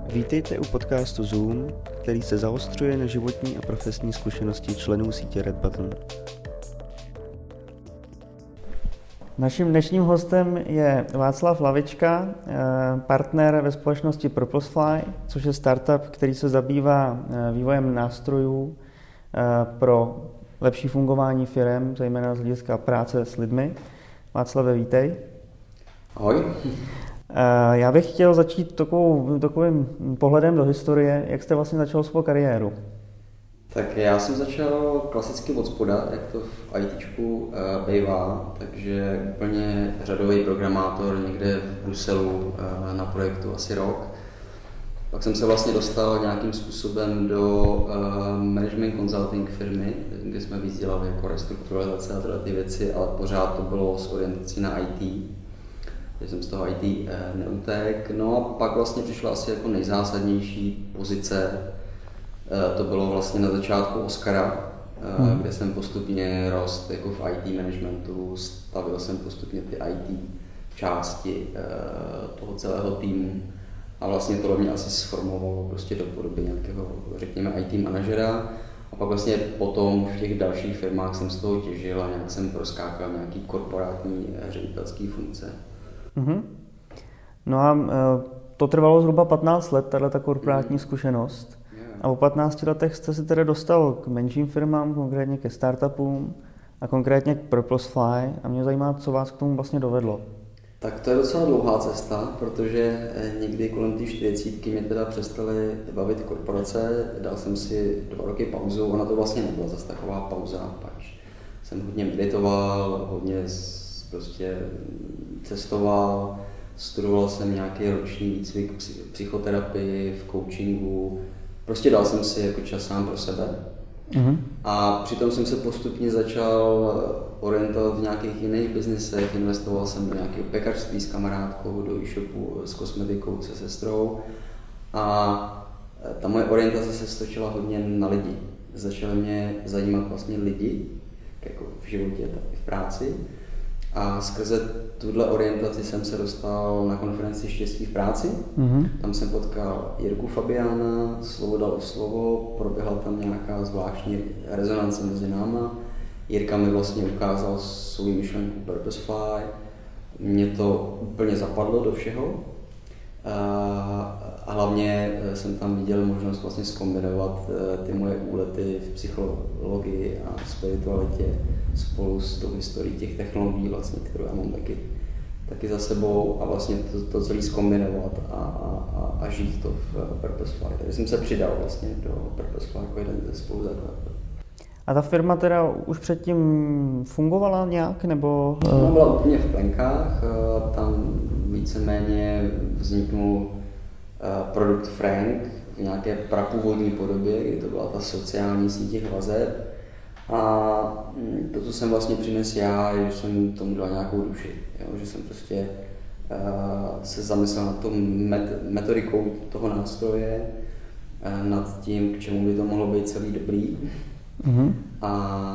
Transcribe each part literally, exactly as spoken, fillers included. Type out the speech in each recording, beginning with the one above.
Vítejte u podcastu Zoom, který se zaostřuje na životní a profesní zkušenosti členů sítě Red Button. Naším dnešním hostem je Václav Lavička, partner ve společnosti Purposefly, což je startup, který se zabývá vývojem nástrojů pro lepší fungování firem, zejména z hlediska práce s lidmi. Václave, vítej. Ahoj. Já bych chtěl začít takovou, takovým pohledem do historie. Jak jste vlastně začal svou kariéru? Tak já jsem začal klasicky od spoda, jak to v ITčku uh, bývá, takže úplně řadový programátor někde v Bruselu uh, na projektu asi rok. Pak jsem se vlastně dostal nějakým způsobem do uh, management consulting firmy, kde jsme víc dělali jako restrukturalizace a tyhle ty věci, ale pořád to bylo s orientací na I T. Takže jsem z toho I T uh, neutek. No a pak vlastně přišla asi jako nejzásadnější pozice. To bylo vlastně na začátku Oscara, hmm. kde jsem postupně rost jako v I T managementu, stavil jsem postupně ty I T části toho celého týmu a vlastně to mě asi sformovalo prostě do podoby nějakého, řekněme, I T manažera. A pak vlastně potom v těch dalších firmách jsem z toho těžil a nějak jsem proskákal nějaký korporátní ředitelský funkce. Hmm. No a to trvalo zhruba patnáct let, tato korporátní hmm. zkušenost. A po patnácti letech jste se tedy dostal k menším firmám, konkrétně ke startupům a konkrétně k Purposefly. A mě zajímá, co vás k tomu vlastně dovedlo. Tak to je docela dlouhá cesta, protože někdy kolem té čtyřicítky mě teda přestaly bavit korporace. Dal jsem si dva roky pauzu, ona to vlastně nebyla zase taková pauza, pač jsem hodně meditoval, hodně prostě cestoval, studoval jsem nějaký roční výcvik psychoterapii, v coachingu. Prostě dal jsem si jako čas sám pro sebe. Mm-hmm. A přitom jsem se postupně začal orientovat v nějakých jiných biznesech. Investoval jsem do nějakého pekařství s kamarádkou, do e-shopu s kosmetikou se sestrou. A ta moje orientace se stočila hodně na lidi. Začaly mě zajímat vlastně lidi, jako v životě, tak i v práci. A skrze tuhle orientaci jsem se dostal na konferenci Štěstí v práci. Mm-hmm. Tam jsem potkal Jirku Fabiána, slovo dalo slovo, proběhla tam nějaká zvláštní rezonance mezi náma. Jirka mi vlastně ukázal svou myšlenku Purposefly. Mně to úplně zapadlo do všeho. A hlavně jsem tam viděl možnost vlastně zkombinovat ty moje úlety v psychologii a spiritualitě spolu s tou historií těch technologií, vlastně, kterou já mám taky, taky za sebou a vlastně to, to celé zkombinovat a, a, a žít to v Purposefly. Takže jsem se přidal vlastně do Purposefly jako jeden ze spoluzakladatelů. A ta firma teda už předtím fungovala nějak, nebo? Ona byla úplně v plenkách, tam víceméně vzniknul produkt Frank v nějaké prapůvodní podobě, kdy to byla ta sociální síť těch vazeb. A to, co jsem vlastně přinesl já, je, že jsem tomu dal nějakou duši, jo? Že jsem prostě uh, se zamyslel nad tou met- metodikou toho nástroje, uh, nad tím, k čemu by to mohlo být celý dobrý. Mm-hmm. A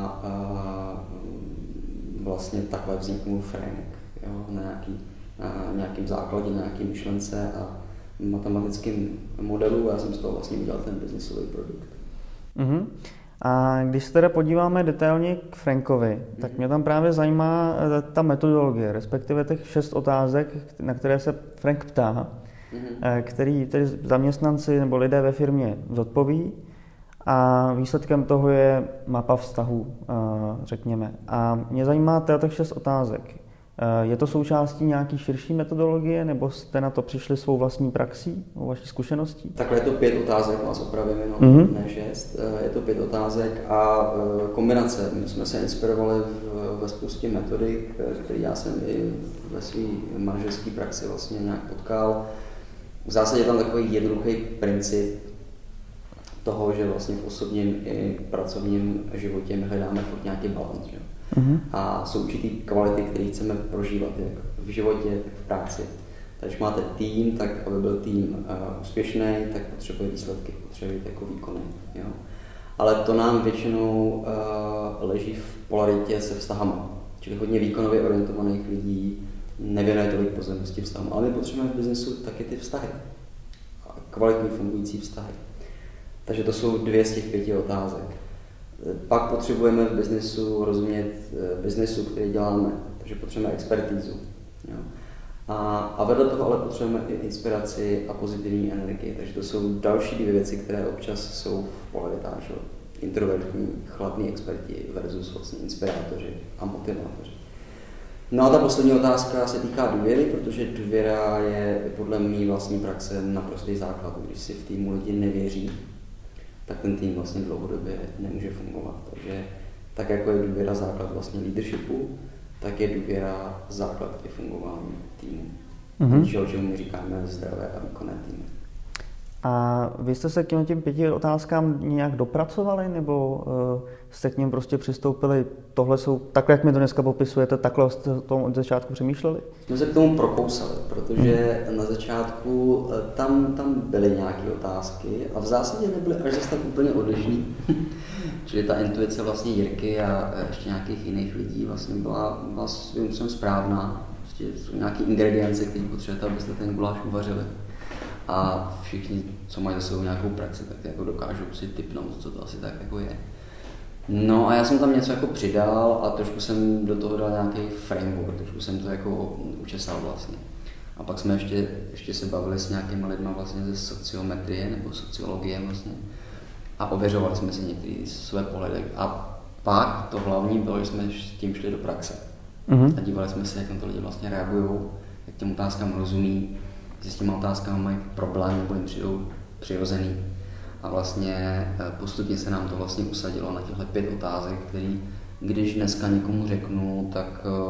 uh, vlastně takhle vzniknul Frank, jo? Na, nějaký, na nějakým základě, na nějaký myšlence a matematickém modelu. Já jsem z toho vlastně udělal ten biznisový produkt. Mm-hmm. A když se teda podíváme detailně k Frankovi, tak mě tam právě zajímá ta metodologie, respektive těch šest otázek, na které se Frank ptá, mm-hmm. který tedy zaměstnanci nebo lidé ve firmě zodpoví a výsledkem toho je mapa vztahů, řekněme. A mě zajímá teda těch šest otázek. Je to součástí nějaký širší metodologie, nebo jste na to přišli svou vlastní praxí, o vaší zkušeností? Takhle je to pět otázek, vás opravím jenom, mm-hmm. ne šest. Je to pět otázek a kombinace. My jsme se inspirovali ve spoustě metodik, které já jsem i ve své manažerské praxi vlastně nějak potkal. V zásadě je tam takový jednoduchý princip toho, že vlastně v osobním i pracovním životě my hledáme furt nějaký balans. Mm-hmm. A jsou určitý kvality, které chceme prožívat jak v životě, tak v práci. Takže když máte tým, tak aby byl tým uh, úspěšný, tak potřebuje výsledky, potřebuje jako výkony. Jo? Ale to nám většinou uh, leží v polaritě se vztahama. Čili hodně výkonově orientovaných lidí nevěnuje tolik pozornosti vztahům. Ale my potřebujeme v biznesu taky ty vztahy. kvalitní fungující vztahy. Takže to jsou dvě z těch pěti otázek. Pak potřebujeme v biznesu rozumět biznesu, který děláme, takže potřebujeme expertízu. Jo. A, a vedle toho ale potřebujeme i inspiraci a pozitivní energii, takže to jsou další dvě věci, které občas jsou v polaritáži. Introvertní, chladní experti versus vlastně inspirátoři a motivátoři. No a ta poslední otázka se týká důvěry, protože důvěra je podle mé vlastní praxe naprostý základ. Když si v týmu lidi nevěří, tak ten tým vlastně dlouhodobě nemůže fungovat. Takže tak jako je důvěra základ vlastně leadershipu, tak je důvěra základ i fungování týmu. Mm-hmm. O čemu my říkáme zdravé a výkonné týmy. A vy jste se k těm, těm pěti otázkám nějak dopracovali, nebo uh, jste k ním prostě přistoupili, tohle jsou, takhle jak mi to dneska popisujete, takhle jste o tom od začátku přemýšleli? Jsme se k tomu prokousali, protože hmm. na začátku tam, tam byly nějaké otázky a v zásadě nebyly až zase tak úplně odlišný. Čili ta intuice vlastně Jirky a ještě nějakých jiných lidí vlastně byla, byla svým způsobem správná. Prostě jsou nějaké ingredience, které potřebujete, abyste ten guláš uvařili. A všichni, co mají za sebou nějakou praxi, tak jako dokážou si tipnout, co to asi tak jako je. No a já jsem tam něco jako přidal a trošku jsem do toho dal nějaký framework, trošku jsem to jako učesal vlastně. A pak jsme ještě, ještě se bavili s nějakými lidmi vlastně ze sociometrie nebo sociologie vlastně. A ověřovali jsme si některé své pohledy. A pak to hlavní bylo, že jsme s tím šli do praxe. Mm-hmm. A dívali jsme se, jak na to lidi vlastně reagují, jak těm otázkám rozumí, s těma otázkami mají problém nebo jim přijdou přirozený. A vlastně postupně se nám to vlastně usadilo na těchto pět otázek, který, když dneska někomu řeknu, tak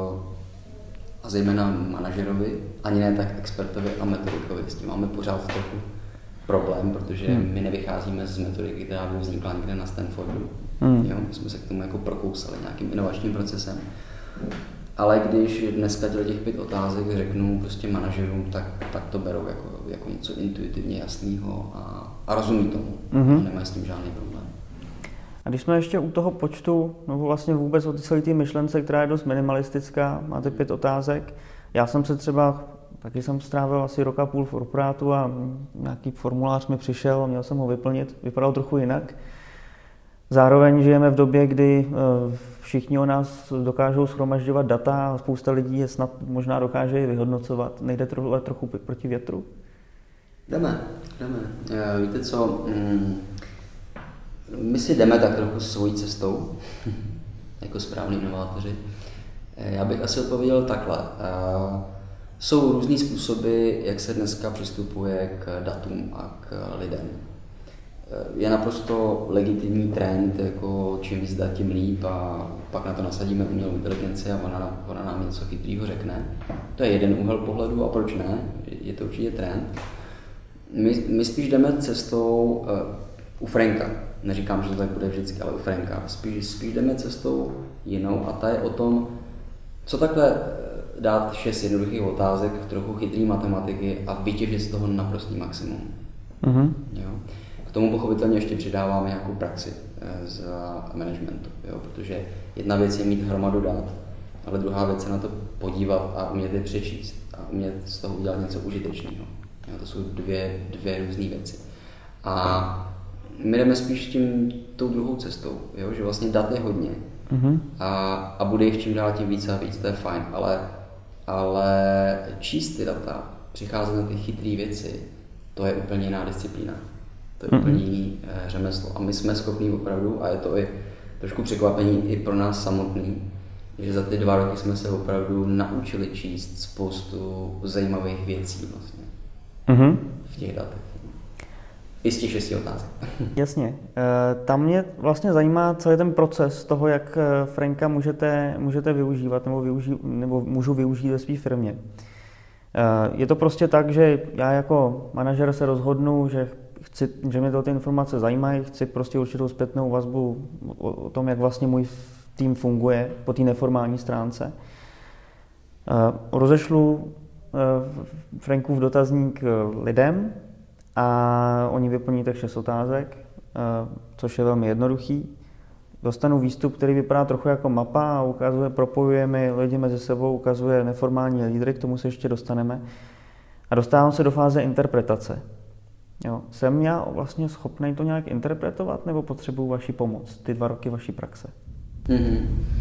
a zejména manažerovi, ani ne tak expertovi a metodikovi, s tím máme pořád trochu problém, protože hmm. my nevycházíme z metodiky, která by vznikla někde na Stanfordu. Hmm. Jo, my jsme se k tomu jako prokousali nějakým inovačním procesem. Ale když dneska těch pět otázek řeknu prostě manažerům, tak, tak to berou jako, jako něco intuitivně jasného a, a rozumí tomu. Mm-hmm. A nemají s tím žádný problém. A když jsme ještě u toho počtu, nebo vlastně vůbec o celé té myšlence, která je dost minimalistická, máte pět otázek. Já jsem se třeba, taky jsem strávil asi rok a půl v korporátu a nějaký formulář mi přišel a měl jsem ho vyplnit, vypadal trochu jinak. Zároveň žijeme v době, kdy všichni o nás dokážou shromažďovat data a spousta lidí je snad možná dokáže je vyhodnocovat. Nejde trochu, trochu proti větru? Jdeme, jdeme. Víte co, my si jdeme tak trochu svojí cestou, jako správní inovátoři. Já bych asi odpověděl takhle. Jsou různý způsoby, jak se dneska přistupuje k datům a k lidem. Je naprosto legitimní trend, jako čím víc dat, tím líp a pak na to nasadíme umělou inteligenci a ona, ona nám něco chytrýho řekne. To je jeden úhel pohledu a proč ne? Je to určitě trend. My, my spíš jdeme cestou uh, u Franka. Neříkám, že to tak bude vždycky, ale u Franka. Spíš, spíš jdeme cestou jinou a ta je o tom, co takhle dát šest jednoduchých otázek, trochu chytrý matematiky a vytěžit z toho naprostý maximum. Mm-hmm. Jo? K tomu pochopitelně ještě přidáváme nějakou praxi z managementu, jo? Protože jedna věc je mít hromadu dat, ale druhá věc je na to podívat a umět je přečíst a umět z toho udělat něco užitečného. Jo? To jsou dvě, dvě různé věci. A my jdeme spíš tím tou druhou cestou, jo? Že vlastně dat je hodně mm-hmm. a, a bude jich čím dál tím víc a víc, to je fajn, ale, ale číst ty data, přicházet na ty chytré věci, to je úplně jiná disciplína. To je mm-hmm. úplně jiný e, řemeslo. A my jsme schopní opravdu, a je to i trošku překvapení i pro nás samotný, že za ty dva roky jsme se opravdu naučili číst spoustu zajímavých věcí vlastně mm-hmm. v těch datech. I z těch šesti otázek. Jasně. Tam mě vlastně zajímá celý ten proces toho, jak Franka můžete, můžete využívat nebo, využí, nebo můžu využít ve své firmě. Je to prostě tak, že já jako manažer se rozhodnu, že, chci, že mě to ty informace zajímají, chci prostě určitou zpětnou vazbu o, o tom, jak vlastně můj tým funguje po té neformální stránce. Rozešlu Frankův dotazník lidem, a oni vyplní těch šest otázek, což je velmi jednoduchý. Dostanu výstup, který vypadá trochu jako mapa a ukazuje, propojujeme lidi mezi sebou, ukazuje neformální lídry, k tomu se ještě dostaneme. A dostávám se do fáze interpretace. Jo. Jsem já vlastně schopný to nějak interpretovat, nebo potřebuju vaši pomoc, ty dva roky vaší praxe? Mm-hmm.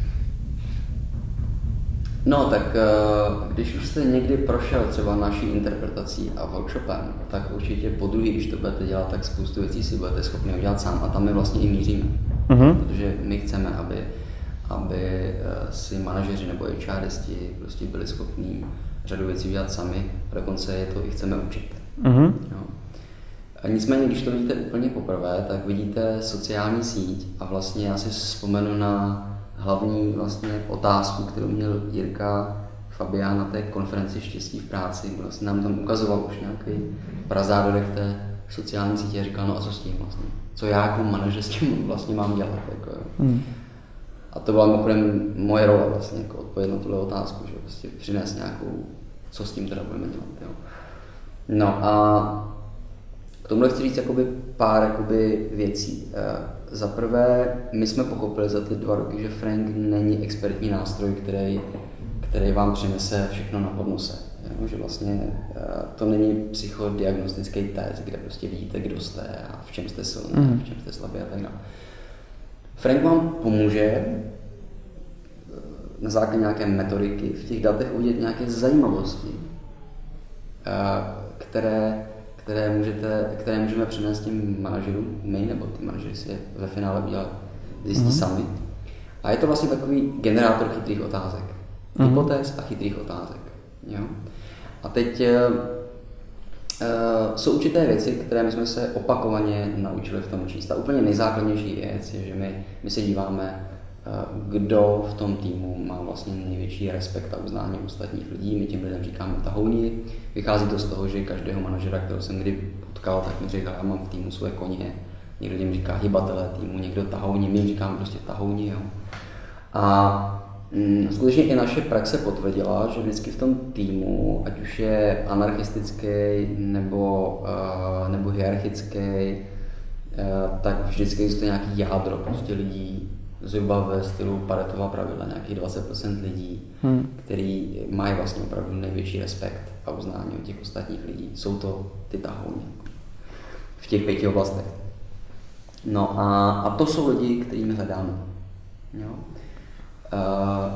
No tak když už jste někdy prošel třeba naší interpretací a workshopem, tak určitě po druhý, když to budete dělat, tak spoustu věcí si budete schopni udělat sám a tam my vlastně i míříme. Mm-hmm. Protože my chceme, aby, aby si manažeři nebo HRisti prostě byli schopní řadu věcí udělat sami a dokonce je to i chceme učit. Mm-hmm. Jo. A nicméně, když to vidíte úplně poprvé, tak vidíte sociální síť a vlastně já si vzpomenu na hlavní vlastně otázku, kterou měl Jirka Fabián na té konferenci Štěstí v práci. Vlastně nám tam ukazoval už nějaký prazádorek té sociální sítě a říkal, no a co s tím vlastně? Co já jako manažer s tím vlastně mám dělat? Jako, mm. A to byla mimochodem moje role vlastně, jako odpovědět na tuhle otázku, že prostě přinést nějakou, co s tím teda budeme dělat. Jo. No a k tomu chci říct jakoby pár jakoby věcí. Za prvé, my jsme pochopili za ty dva roky, že Frank není expertní nástroj, který, který vám přinese všechno na podnose. Jo? Že vlastně to není psychodiagnostický test, kde prostě vidíte, kdo jste a v čem jste silný, mm. v čem jste slabý a tak dále. Frank vám pomůže na základě nějaké metodiky v těch datech uvidět nějaké zajímavosti, které Které, můžete, které můžeme přinést tím manažerům, my nebo ty manažeři si je ve finále udělat, zjistí mm-hmm. sami. A je to vlastně takový generátor chytrých otázek. Mm-hmm. Hypotéz a chytrých otázek. Jo? A teď uh, jsou určité věci, které my jsme se opakovaně naučili v tom číst. A úplně nejzákladnější věc je, že my, my se díváme, uh, kdo v tom týmu má vlastně největší respekt a uznání ostatních lidí. My těm lidem říkáme tahouni. Vychází to z toho, že každého manažera, kterého jsem kdy potkal, tak mi říká, já mám v týmu svoje koně. Někdo jim říká hybatelé týmu, někdo tahouni, my jim říkáme prostě tahouni. Jo. A mm, skutečně i naše praxe potvrdila, že vždycky v tom týmu, ať už je anarchistický nebo, uh, nebo hierarchický, uh, tak vždycky existuje nějaký jádro prostě lidí, zhruba ve stylu Paretova pravidla, nějakých dvacet procent lidí, hmm. který mají vlastně opravdu největší respekt a uznání od těch ostatních lidí. Jsou to ty tahouni v těch pěti oblastech. No a, a to jsou lidi, kterými hledáme. Jo? Uh,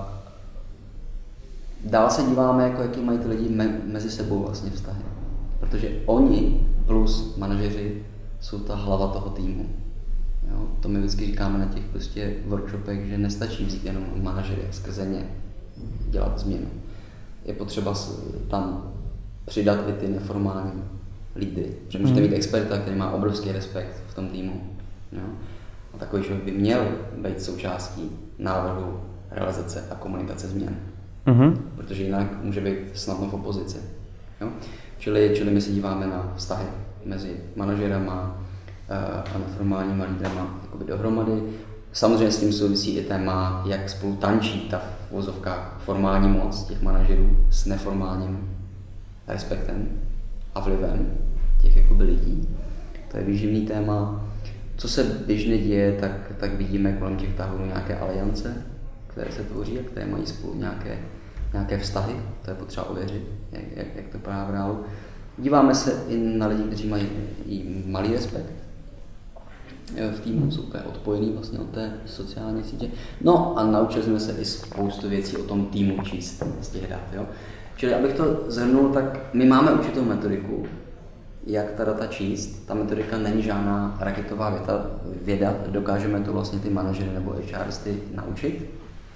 dál se díváme, jako jaký mají ty lidi me, mezi sebou vlastně vztahy. Protože oni plus manažeři jsou ta hlava toho týmu. Jo, to my vždycky říkáme na těch prostě workshopech, že nestačí vzít jenom manažery a skrze ně dělat změnu. Je potřeba tam přidat i ty neformální lídry. Protože můžete mít experta, který má obrovský respekt v tom týmu. Jo? A takový člověk by měl být součástí návrhu, realizace a komunikace změn. Mm-hmm. Protože jinak může být snadno v opozici. Jo? Čili, čili my se díváme na vztahy mezi manažerama a neformálníma lídrama dohromady. Samozřejmě s tím souvisí i téma, jak spolu tančí ta v uvozovkách formální moc těch manažerů s neformálním respektem a vlivem těch jakoby lidí. To je výživný téma. Co se běžně děje, tak, tak vidíme kolem těch tahů nějaké aliance, které se tvoří a které mají spolu nějaké, nějaké vztahy. To je potřeba ověřit, jak, jak, jak to vypadá v reálu. Díváme se i na lidi, kteří mají i malý respekt v týmu, jsou úplně odpojený vlastně od té sociální sítě. No a naučili jsme se i spoustu věcí o tom týmu číst z těch dat. Jo? Čili abych to shrnul, tak my máme určitou metodiku, jak ta data číst. Ta metodika není žádná raketová věta, věda, dokážeme to vlastně ty manažery nebo HRisty naučit.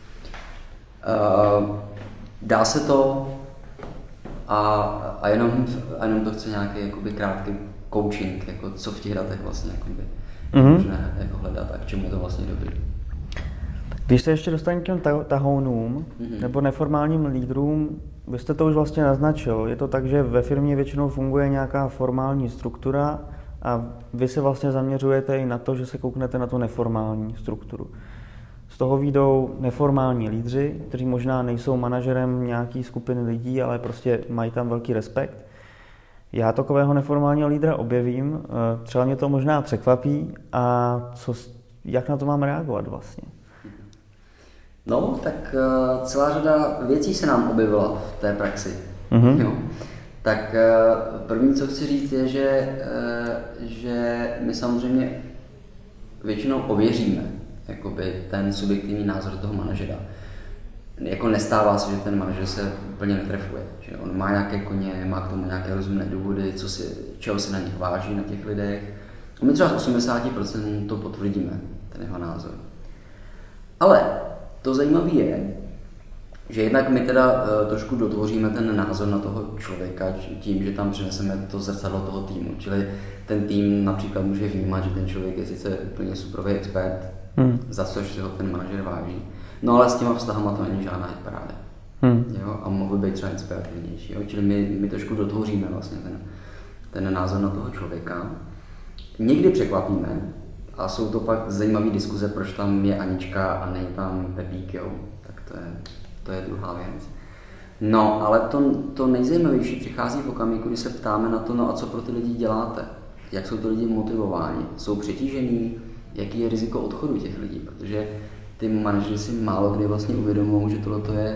Uh, dá se to a, a jenom, a jenom to chce nějaký jakoby krátký coaching, jako co v těch datech vlastně jakoby, mm-hmm. možné jako hledat a k čemu je to vlastně dobrý. Když se ještě dostaneme k těm tahounům mm-hmm. nebo neformálním lídrům, vy jste to už vlastně naznačil. Je to tak, že ve firmě většinou funguje nějaká formální struktura a vy se vlastně zaměřujete i na to, že se kouknete na tu neformální strukturu. Z toho vyjdou neformální lídři, kteří možná nejsou manažerem nějaký skupiny lidí, ale prostě mají tam velký respekt. Já takového neformálního lídra objevím, třeba mě to možná překvapí a co, jak na to mám reagovat vlastně? No, tak uh, celá řada věcí se nám objevila v té praxi. Mm-hmm. Jo. Tak první, co chci říct, je, že, že my samozřejmě většinou ověříme jakoby, ten subjektivní názor toho manažera. Jako nestává se, že ten manažer se úplně netrefuje. Že on má nějaké koně, má k tomu nějaké rozumné důvody, co si, čeho si na nich váží, na těch lidech. A my třeba z osmdesát procent to potvrdíme, ten jeho názor. Ale to zajímavé je, že jednak my teda uh, trošku dotvoříme ten názor na toho člověka tím, že tam přineseme to zrcadlo toho týmu. Čili ten tým například může vnímat, že ten člověk je sice úplně superový expert, hmm. za což si ho ten manažer váží, no ale s těma vztahama to není žádná hitparáda. Hmm. Jo? A mohl by být třeba inspirativnější. Jo? Čili my, my trošku dotvoříme vlastně ten, ten názor na toho člověka. Někdy překvapíme, a jsou to pak zajímavé diskuze, proč tam je Anička a není tam Pepík, jo? Tak to je, to je druhá věc. No, ale to, to nejzajímavější přichází v okamžiku, kdy se ptáme na to, no a co pro ty lidi děláte? Jak jsou ty lidi motivováni? Jsou přetížení? Jaký je riziko odchodu těch lidí? Protože ty manažeři si málo kdy vlastně uvědomují, že tohle je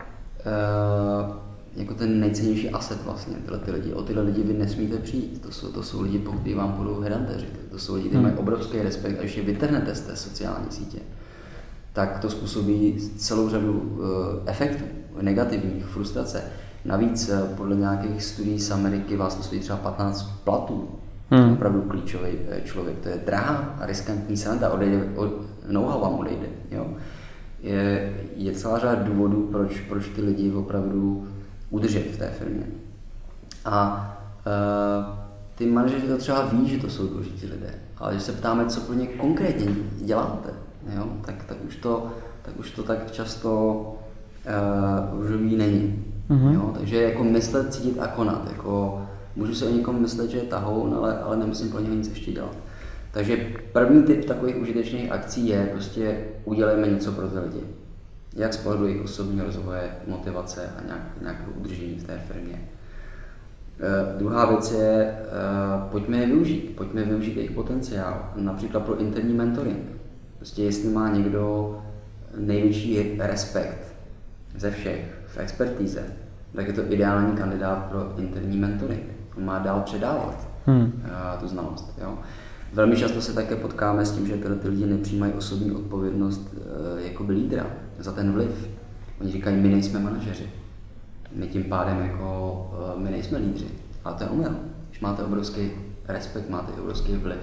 uh, jako ten nejcennější asset vlastně, tyhle ty lidi. O tyhle lidi vy nesmíte přijít. To jsou, to jsou lidi, po kterých vám budou headhunteři. To jsou lidi, kteří mají obrovský respekt a když je vytrhnete z té sociální sítě, tak to způsobí celou řadu uh, efektů, negativních, frustrace. Navíc uh, podle nějakých studií z Ameriky vás to stojí třeba patnáct platů. Hmm. Opravdu klíčový člověk. To je drahá a riskantní sranda, odejde, od, know-how vám odejde. Jo? Je, je celá řada důvodů, proč, proč ty lidi opravdu udržet v té firmě. A uh, ty manažeři to třeba ví, že to jsou důležití lidé, ale když se ptáme, co pro ně konkrétně děláte, jo? Tak, tak, už to, tak už to tak často uh, růžový není. Mm-hmm. Jo? Takže jako myslet, cítit a konat. Jako, můžu si o někom myslet, že je tahoun, ale, ale nemusím pro něho nic ještě dělat. Takže první typ takových užitečných akcí je prostě udělejme něco pro ty lidi. Jak z pohledu jejich osobního rozvoje, motivace a nějak, nějakého udržení v té firmě. E, druhá věc je, e, pojďme je využít, pojďme využít jejich potenciál, například pro interní mentoring. Prostě jestli má někdo největší respekt ze všech v expertíze, tak je to ideální kandidát pro interní mentoring. On má dál předávat hmm. e, tu znalost. Jo? Velmi často se také potkáme s tím, že ty lidi nepřijímají osobní odpovědnost e, jako by lídra za ten vliv. Oni říkají, my nejsme manažeři. My tím pádem jako, e, my nejsme lídři. Ale to je omyl. Když máte obrovský respekt, máte obrovský vliv.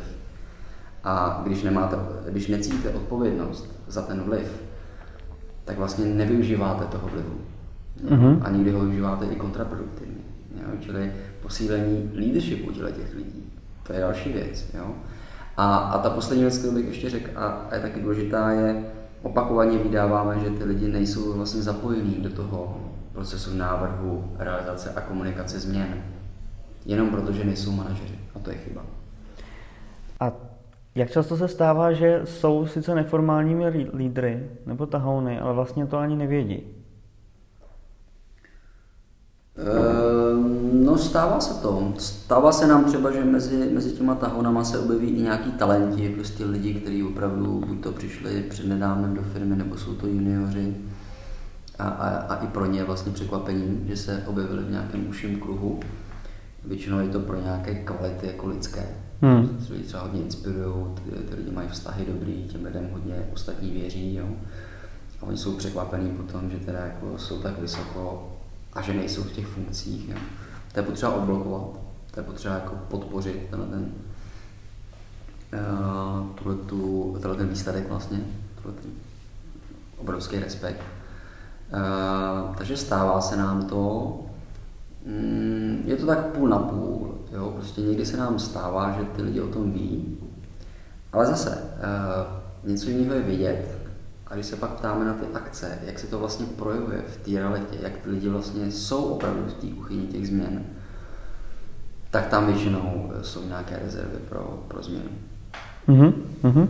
A když, nemáte, když necítíte odpovědnost za ten vliv, tak vlastně nevyužíváte toho vlivu. Mm-hmm. A někdy ho využíváte i kontraproduktivně. Jo? Čili posílení leadershipu těch lidí. To je další věc. Jo? A, a ta poslední věc, kterou bych ještě řekl, a, a je taky důležitá, je opakovaně vydáváme, že ty lidi nejsou vlastně zapojení do toho procesu návrhu, realizace a komunikace změn. Jenom proto, že nejsou manažeři. A to je chyba. A jak často se stává, že jsou sice neformálními lídry nebo tahouny, ale vlastně to ani nevědí? No stává se to. Stává se nám třeba, že mezi, mezi těma tahounama se objeví i nějaký talenti, prostě lidi, kteří opravdu buď to přišli přednedávnem do firmy, nebo jsou to junioři. A, a, a i pro ně je vlastně překvapením, že se objevili v nějakém užším kruhu. Většinou je to pro nějaké kvality jako lidské. Hmm. Ty lidi třeba hodně inspirují, ty, ty lidi mají vztahy dobrý, těm lidem hodně ostatní věří. Jo? A oni jsou překvapení potom, že teda jako jsou tak vysoko a že nejsou v těch funkcích. Jo. To je potřeba odblokovat, to je potřeba jako podpořit tenhle ten, uh, tuhletu, tenhle ten výsledek vlastně, tenhle ten obrovský respekt. Uh, takže stává se nám to, mm, je to tak půl na půl, jo. Prostě někdy se nám stává, že ty lidi o tom ví, ale zase uh, něco jiného je vidět. A když se pak ptáme na ty akce, jak se to vlastně projevuje v té realitě, jak ty lidi vlastně jsou opravdu v té kuchyni těch změn, tak tam většinou jsou nějaké rezervy pro, pro změnu. Mm-hmm. Mm-hmm.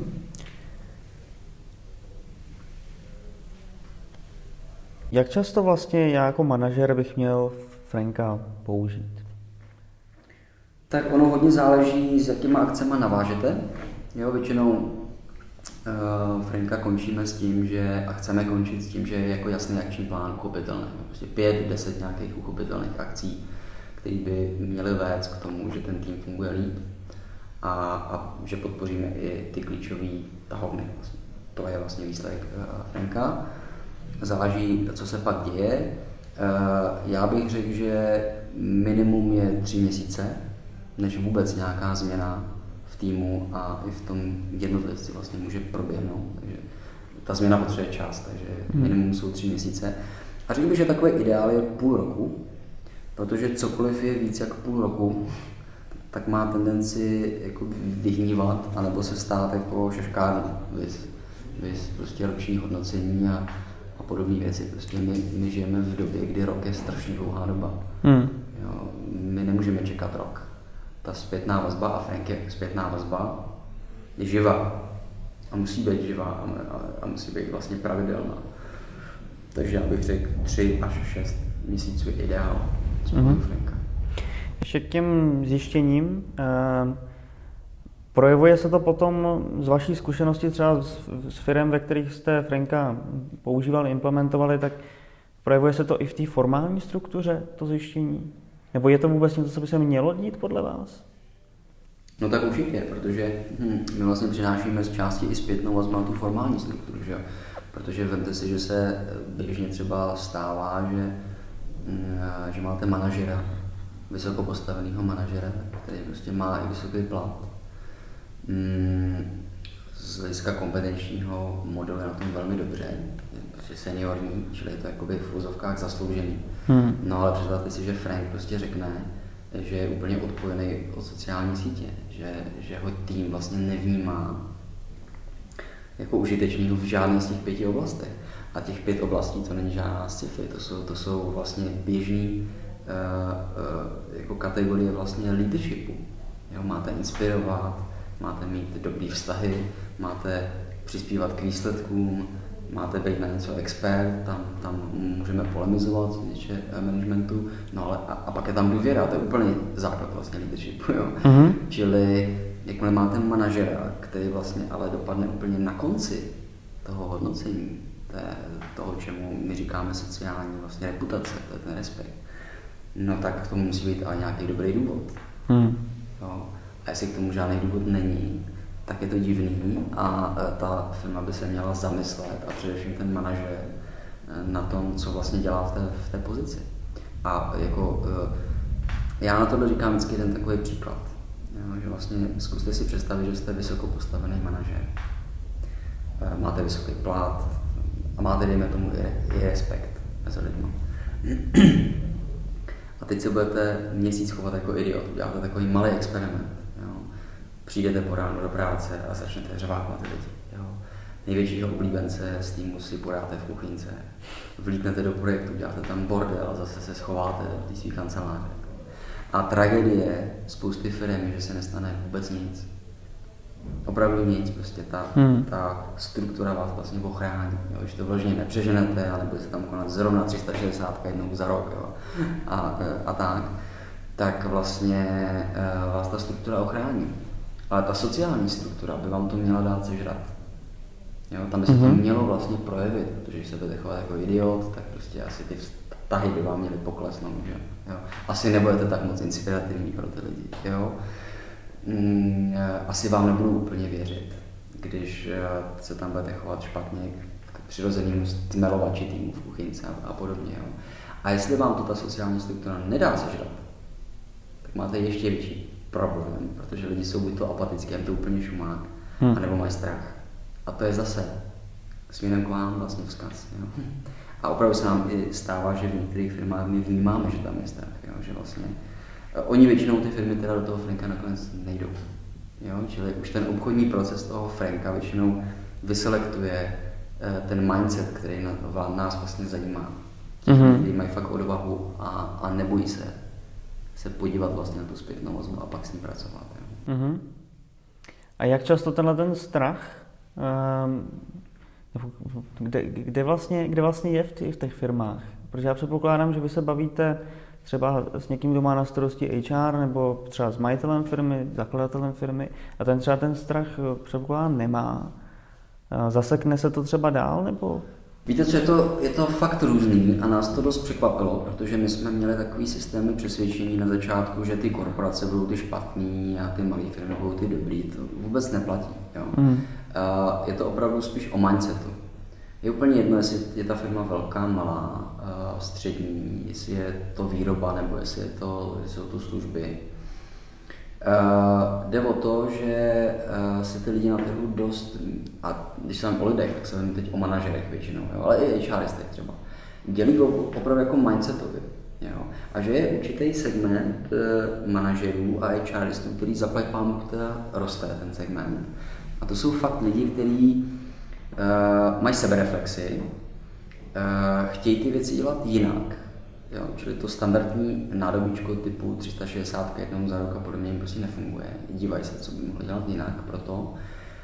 Jak často vlastně já jako manažer bych měl Franka použít? Tak ono hodně záleží, s jakýma akcema navážete. Jo, většinou Uh, Franka končíme s tím, že a chceme končit s tím, že je jako jasný akční plán uchopitelný. Prostě pět, deset nějakých uchopitelných akcí, které by měly vést k tomu, že ten tým funguje líp a, a že podpoříme i ty klíčové tahovny. To je vlastně výsledek Franka. Záleží, co se pak děje. Já bych řekl, že minimum je tři měsíce, než vůbec nějaká změna v týmu a i v tom jednotlivci vlastně může proběhnout. Takže ta změna potřebuje čas, takže minimum jsou tři měsíce. A řekl bych, že takový ideál je půl roku, protože cokoliv je víc jak půl roku, tak má tendenci jako vyhnívat, anebo se stát jako šaškárna, vys, vys prostě roční hodnocení a, a podobné věci. Prostě my, my žijeme v době, kdy rok je strašně dlouhá doba. Hmm. Jo, my nemůžeme čekat rok. Ta zpětná vazba, a Frank je zpětná vazba, je živá. A musí být živá a, a, a musí být vlastně pravidelná. Takže já bych řekl tři až šest měsíců je ideál. Mm-hmm. Franka. Ještě k těm zjištěním. Eh, projevuje se to potom z vaší zkušenosti třeba s, s firem, ve kterých jste Franka používali, implementovali, tak projevuje se to i v té formální struktuře, to zjištění? Nebo je to vůbec něco, co by se mělo dít podle vás? No tak určitě, protože hm, my vlastně přinášíme z části i zpětnou vazbu na tu formální strukturu, že? Protože vemte si, že se běžně třeba stává, že, že máte manažera, vysoko postaveného manažera, který prostě má i vysoký plat. Z hlediska kompetenčního modelu je na tom velmi dobře, je prostě seniorní, čili je to jakoby v úzovkách zasloužený. Hmm. No ale představte si, že Frank prostě řekne, že je úplně odpojený od sociální sítě, že, že ho tým vlastně nevnímá jako užitečného v žádné z těch pěti oblastech. A těch pět oblastí to není žádná sci-fi, to jsou, to jsou vlastně běžný uh, uh, jako kategorie vlastně leadershipu. Jo, máte inspirovat, máte mít dobrý vztahy, máte přispívat k výsledkům, máte být na něco expert, tam, tam můžeme polemizovat, co se týče managementu, no ale a, a pak je tam důvěra, to je úplně základ vlastně leadershipu, jo. Mm-hmm. Čili jakmile máte manažera, který vlastně ale dopadne úplně na konci toho hodnocení, té, toho, čemu my říkáme sociální vlastně reputace, to je ten respekt, no tak k tomu musí být ale nějaký dobrý důvod. Mm. Jo. A jestli k tomu žádný důvod není, tak je to divný a ta firma by se měla zamyslet a především ten manažer na tom, co vlastně dělá v té, v té pozici. A jako, já na to říkám vždycky jeden takový příklad, jo, že vlastně zkuste si představit, že jste vysoko postavený manažer. Máte vysoký plat a máte, dejme tomu, i, i respekt mezi lidmi. A teď se budete měsíc chovat jako idiot, uděláte takový malý experiment. Přijdete po ránu do práce a začnete řvát na ty lidi. Jo. Největšího oblíbence z týmu si podáte v kuchyňce, vlítnete do projektu, děláte tam bordel a zase se schováte do té svý kanceláře. A tragédie spousty firm je, že se nestane vůbec nic. Opravdu nic, prostě ta, hmm. ta struktura vás vlastně ochrání. Jo. Když to vložně nepřeženete, ale bude se tam konat zrovna tři sta šedesát jednou za rok, jo. A, a tak, tak vlastně vás ta struktura ochrání. Ale ta sociální struktura by vám to měla dát sežrat. Jo, tam by se mm-hmm. to mělo vlastně projevit, protože když se budete chovat jako idiot, tak prostě asi ty vztahy by vám měly poklesnout. Že? Jo. Asi nebudete tak moc inspirativní pro ty lidi. Jo. Mm, asi vám nebudou úplně věřit, když se tam budete chovat špatně k přirozenému stmelovači týmu v kuchyňce a, a podobně. Jo. A jestli vám to ta sociální struktura nedá sežrat, tak máte ještě větší problém, protože lidi jsou buď to apatický, to úplně šumák, hmm. anebo mají strach. A to je zase směrem k vám vlastně vzkaz. Jo? A opravdu se nám i stává, že v některých firmách my vnímáme, že tam je strach, jo? Že vlastně oni většinou ty firmy teda do toho Franka nakonec nejdou. Jo? Čili už ten obchodní proces toho Franka většinou vyselektuje ten mindset, který nás vlastně zajímá. Mm-hmm. Kteří mají fakt odvahu a, a nebojí se se podívat vlastně na tu zpětnou vazbu a pak s ní pracovat. Mm-hmm. A jak často tenhle ten strach, um, kde, kde, vlastně, kde vlastně je v, tě, v těch firmách? Protože já předpokládám, že vy se bavíte třeba s někým, kdo má na starosti H R, nebo třeba s majitelem firmy, zakladatelem firmy, a ten třeba ten strach předpokládám nemá. Zasekne se to třeba dál, nebo? Víte co, je to, je to fakt různý a nás to dost překvapilo, protože my jsme měli takový systémy přesvědčení na začátku, že ty korporace budou ty špatný a ty malé firmy budou ty dobrý. To vůbec neplatí. Jo. Mm. Uh, je to opravdu spíš o mindsetu. Je úplně jedno, jestli je ta firma velká, malá, uh, střední, jestli je to výroba nebo jestli, je to, jestli jsou to služby. Uh, jde o to, že uh, se ty lidi na trhu dost, a když se o lidech, tak se vím teď o manažerech většinou, jo, ale i HRistech třeba, dělí opravdu jako mindsetově. Jo. A že je určitý segment uh, manažerů a HRistů, který zaplať pámu, teda roste ten segment. A to jsou fakt lidi, kteří uh, mají sebereflexi, uh, chtějí ty věci dělat jinak. Jo, čili to standardní nádobíčko typu tři sta šedesát jednou za rok a podobně jim prostě nefunguje. Dívají se, co by mohli dělat jinak proto.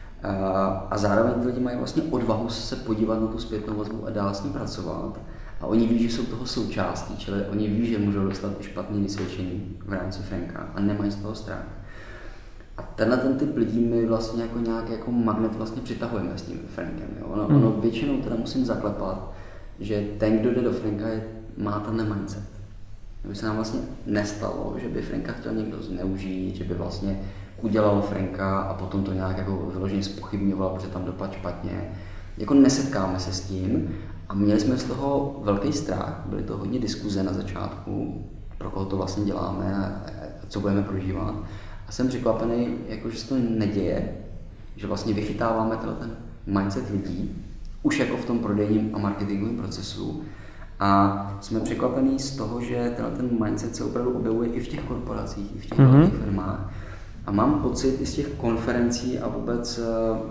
A zároveň ty lidi mají vlastně odvahu se podívat na tu zpětnou vazbu a dál s ní pracovat. A oni ví, že jsou toho součástí, čili oni ví, že můžou dostat i špatné vysvědčení v rámci Franka a nemají z toho strach. A tenhle ten typ lidí my vlastně jako nějak jako magnet vlastně přitahujeme s tím Frankem. Jo. Ono, hmm. ono většinou teda musím zaklepat, že ten, kdo jde do Franka, je má ten mindset. Kdyby se nám vlastně nestalo, že by Franka chtěl někdo zneužít, že by vlastně udělal Franka a potom to nějak jako vyloženě zpochybňoval, protože tam dopadl špatně. Jako nesetkáme se s tím a měli jsme z toho velký strach, byly to hodně diskuze na začátku, pro koho to vlastně děláme a co budeme prožívat. A jsem překvapený, jako, že se to neděje, že vlastně vychytáváme ten mindset lidí, už jako v tom prodejním a marketingovém procesu. A jsme překvapení z toho, že ten mindset se opravdu objevuje i v těch korporacích, i v těch mm-hmm. velkých firmách. A mám pocit i z těch konferencí a vůbec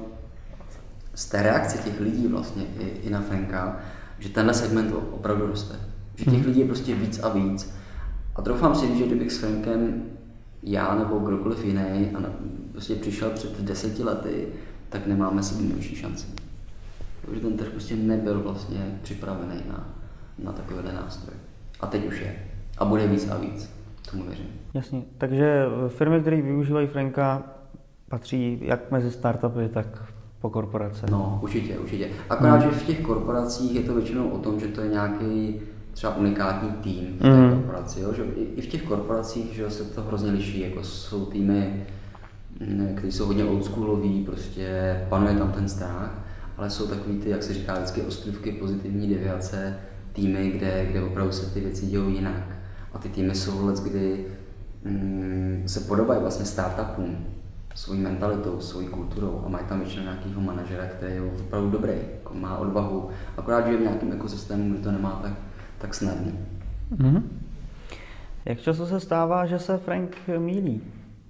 z té reakce těch lidí vlastně i, i na Franka, že tenhle segment opravdu roste. Že těch mm-hmm. lidí je prostě víc a víc. A troufám si říct, že kdybych s Frankem já nebo kdokoliv jiný a prostě přišel před deseti lety, tak nemáme si menší šanci. Protože ten trh prostě nebyl vlastně připravený na na takovýhle nástroj. A teď už je. A bude víc a víc. Tomu věřím. Jasně. Takže firmy, které využívají Franka, patří jak mezi startupy, tak po korporace. No, určitě, určitě. Akorát, hmm. že v těch korporacích je to většinou o tom, že to je nějaký třeba unikátní tým v té hmm. korporaci. Jo? Že i v těch korporacích že se to hrozně liší. Jako jsou týmy, které jsou hodně oldschoolový, prostě panuje tam ten strach, ale jsou takový ty, jak se říká vždycky, ostrůvky pozitivní deviace, týmy, kde, kde opravdu se ty věci dějí jinak. A ty týmy jsou let, kdy mm, se podobají vlastně startupům, svojí mentalitou, svojí kulturou a mají tam většinou nějakého manažera, který je opravdu dobrý, jako má odvahu, akorát žije v nějakém ekosystému, kde to nemá tak, tak snadný. Mm-hmm. Jak často se stává, že se Frank mýlí?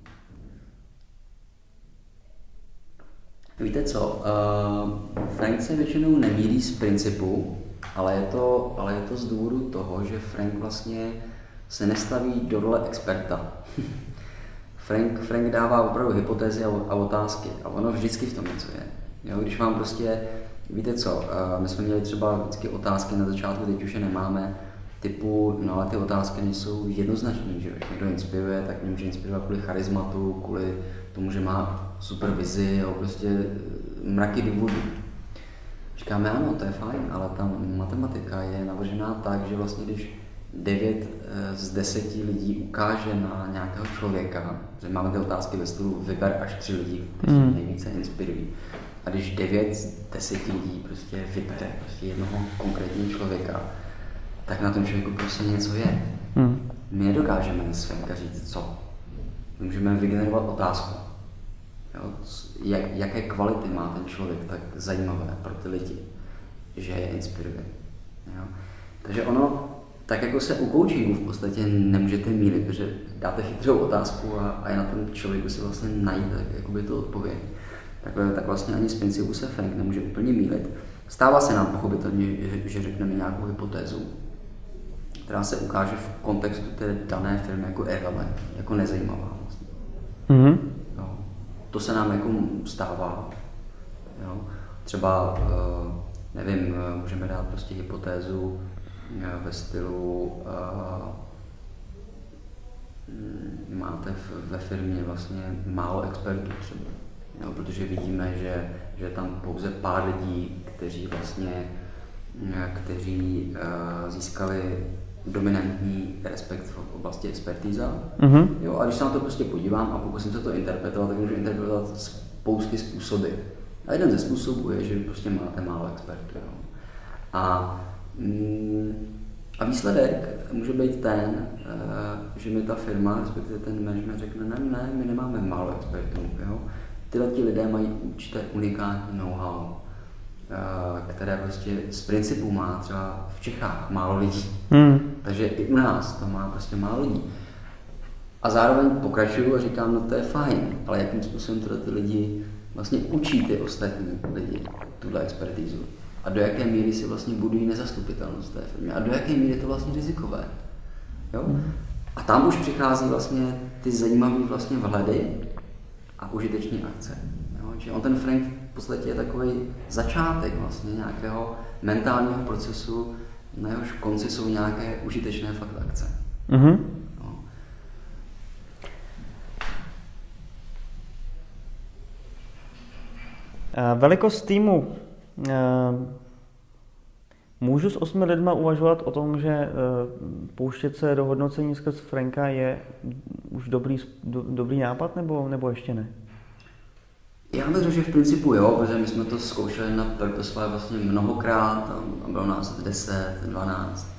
Víte co, uh, Frank se většinou nemýlí z principu, ale je to, ale je to z důvodu toho, že Frank vlastně se nestaví do role experta. Frank, Frank dává opravdu hypotézy a, a otázky a ono vždycky v tom něco je. Jo, když vám prostě, víte co, uh, my jsme měli třeba vždycky otázky na začátku, teď už je nemáme, typu, no ale ty otázky nejsou jednoznačné, že když někdo inspiruje, tak mě může inspirovat kvůli charizmatu, kvůli tomu, že má super vizi, jo, prostě mraky důvodů. Říkáme, ano, to je fajn, ale ta matematika je navržená tak, že vlastně když devět z deseti lidí ukáže na nějakého člověka, že máme ty otázky ve stylu vyber až tři lidi, kteří mm. nejvíce inspirují. A když devět z deseti lidí prostě vybere prostě jednoho konkrétního člověka, tak na tom člověku prostě něco je. Mm. My nedokážeme z Franka říct co. My můžeme vygenerovat otázku. Jo, jak, jaké kvality má ten člověk tak zajímavé pro ty lidi, že je inspiruje. Jo. Takže ono, tak jako se u coachingu v podstatě nemůžete mýlit, protože dáte chytrou otázku a, a je na tom člověku si vlastně najít tak, jakoby to odpověď. Tak, tak vlastně ani z principu se Frank nemůže úplně mýlit. Stává se nám pochopitelně, že, že řekneme nějakou hypotézu, která se ukáže v kontextu té dané firmy jako irrelevant, jako nezajímavá. Vlastně. Mm-hmm. Jo. To se nám jako stává. Jo. Třeba, nevím, můžeme dát prostě hypotézu ve stylu máte ve firmě vlastně málo expertů třeba. Jo, protože vidíme, že, že tam pouze pár lidí, kteří vlastně kteří získali dominantní respekt v oblasti expertíza. Mm-hmm. Jo, a když se na to prostě podívám a pokusím se to interpretovat, tak můžu interpretovat spousty způsoby. A jeden ze způsobů je, že prostě máte málo expertů. Jo. A, a výsledek může být ten, že mi ta firma, respektive ten management řekne, ne, ne, my nemáme málo expertů. Jo. Tyhle ti lidé mají určité unikátní know-how, které prostě z principu má třeba v Čechách málo lidí. Hmm. Takže i u nás to má prostě málo lidí. A zároveň pokračuju a říkám, no to je fajn, ale jakým způsobem teda ty lidi vlastně učí ty ostatní lidi tuhle expertízu. A do jaké míry si vlastně budují nezastupitelnost té firmy. A do jaké míry je to vlastně rizikové. Jo? Hmm. A tam už přichází vlastně ty zajímavé vlastně vhledy a užiteční akce. Jo? Že on ten Frank v podstatě je takový začátek vlastně nějakého mentálního procesu, na jehož konci jsou nějaké užitečné fakt akce. Mm-hmm. No. Velikost týmu. Můžu s osmi lidma uvažovat o tom, že pouštět se do hodnocení skrz Franka je už dobrý, do, dobrý nápad, nebo, nebo ještě ne? Já bych řekl, že v principu jo, protože my jsme to zkoušeli na Purposefly vlastně mnohokrát a bylo nás deset, dvanáct.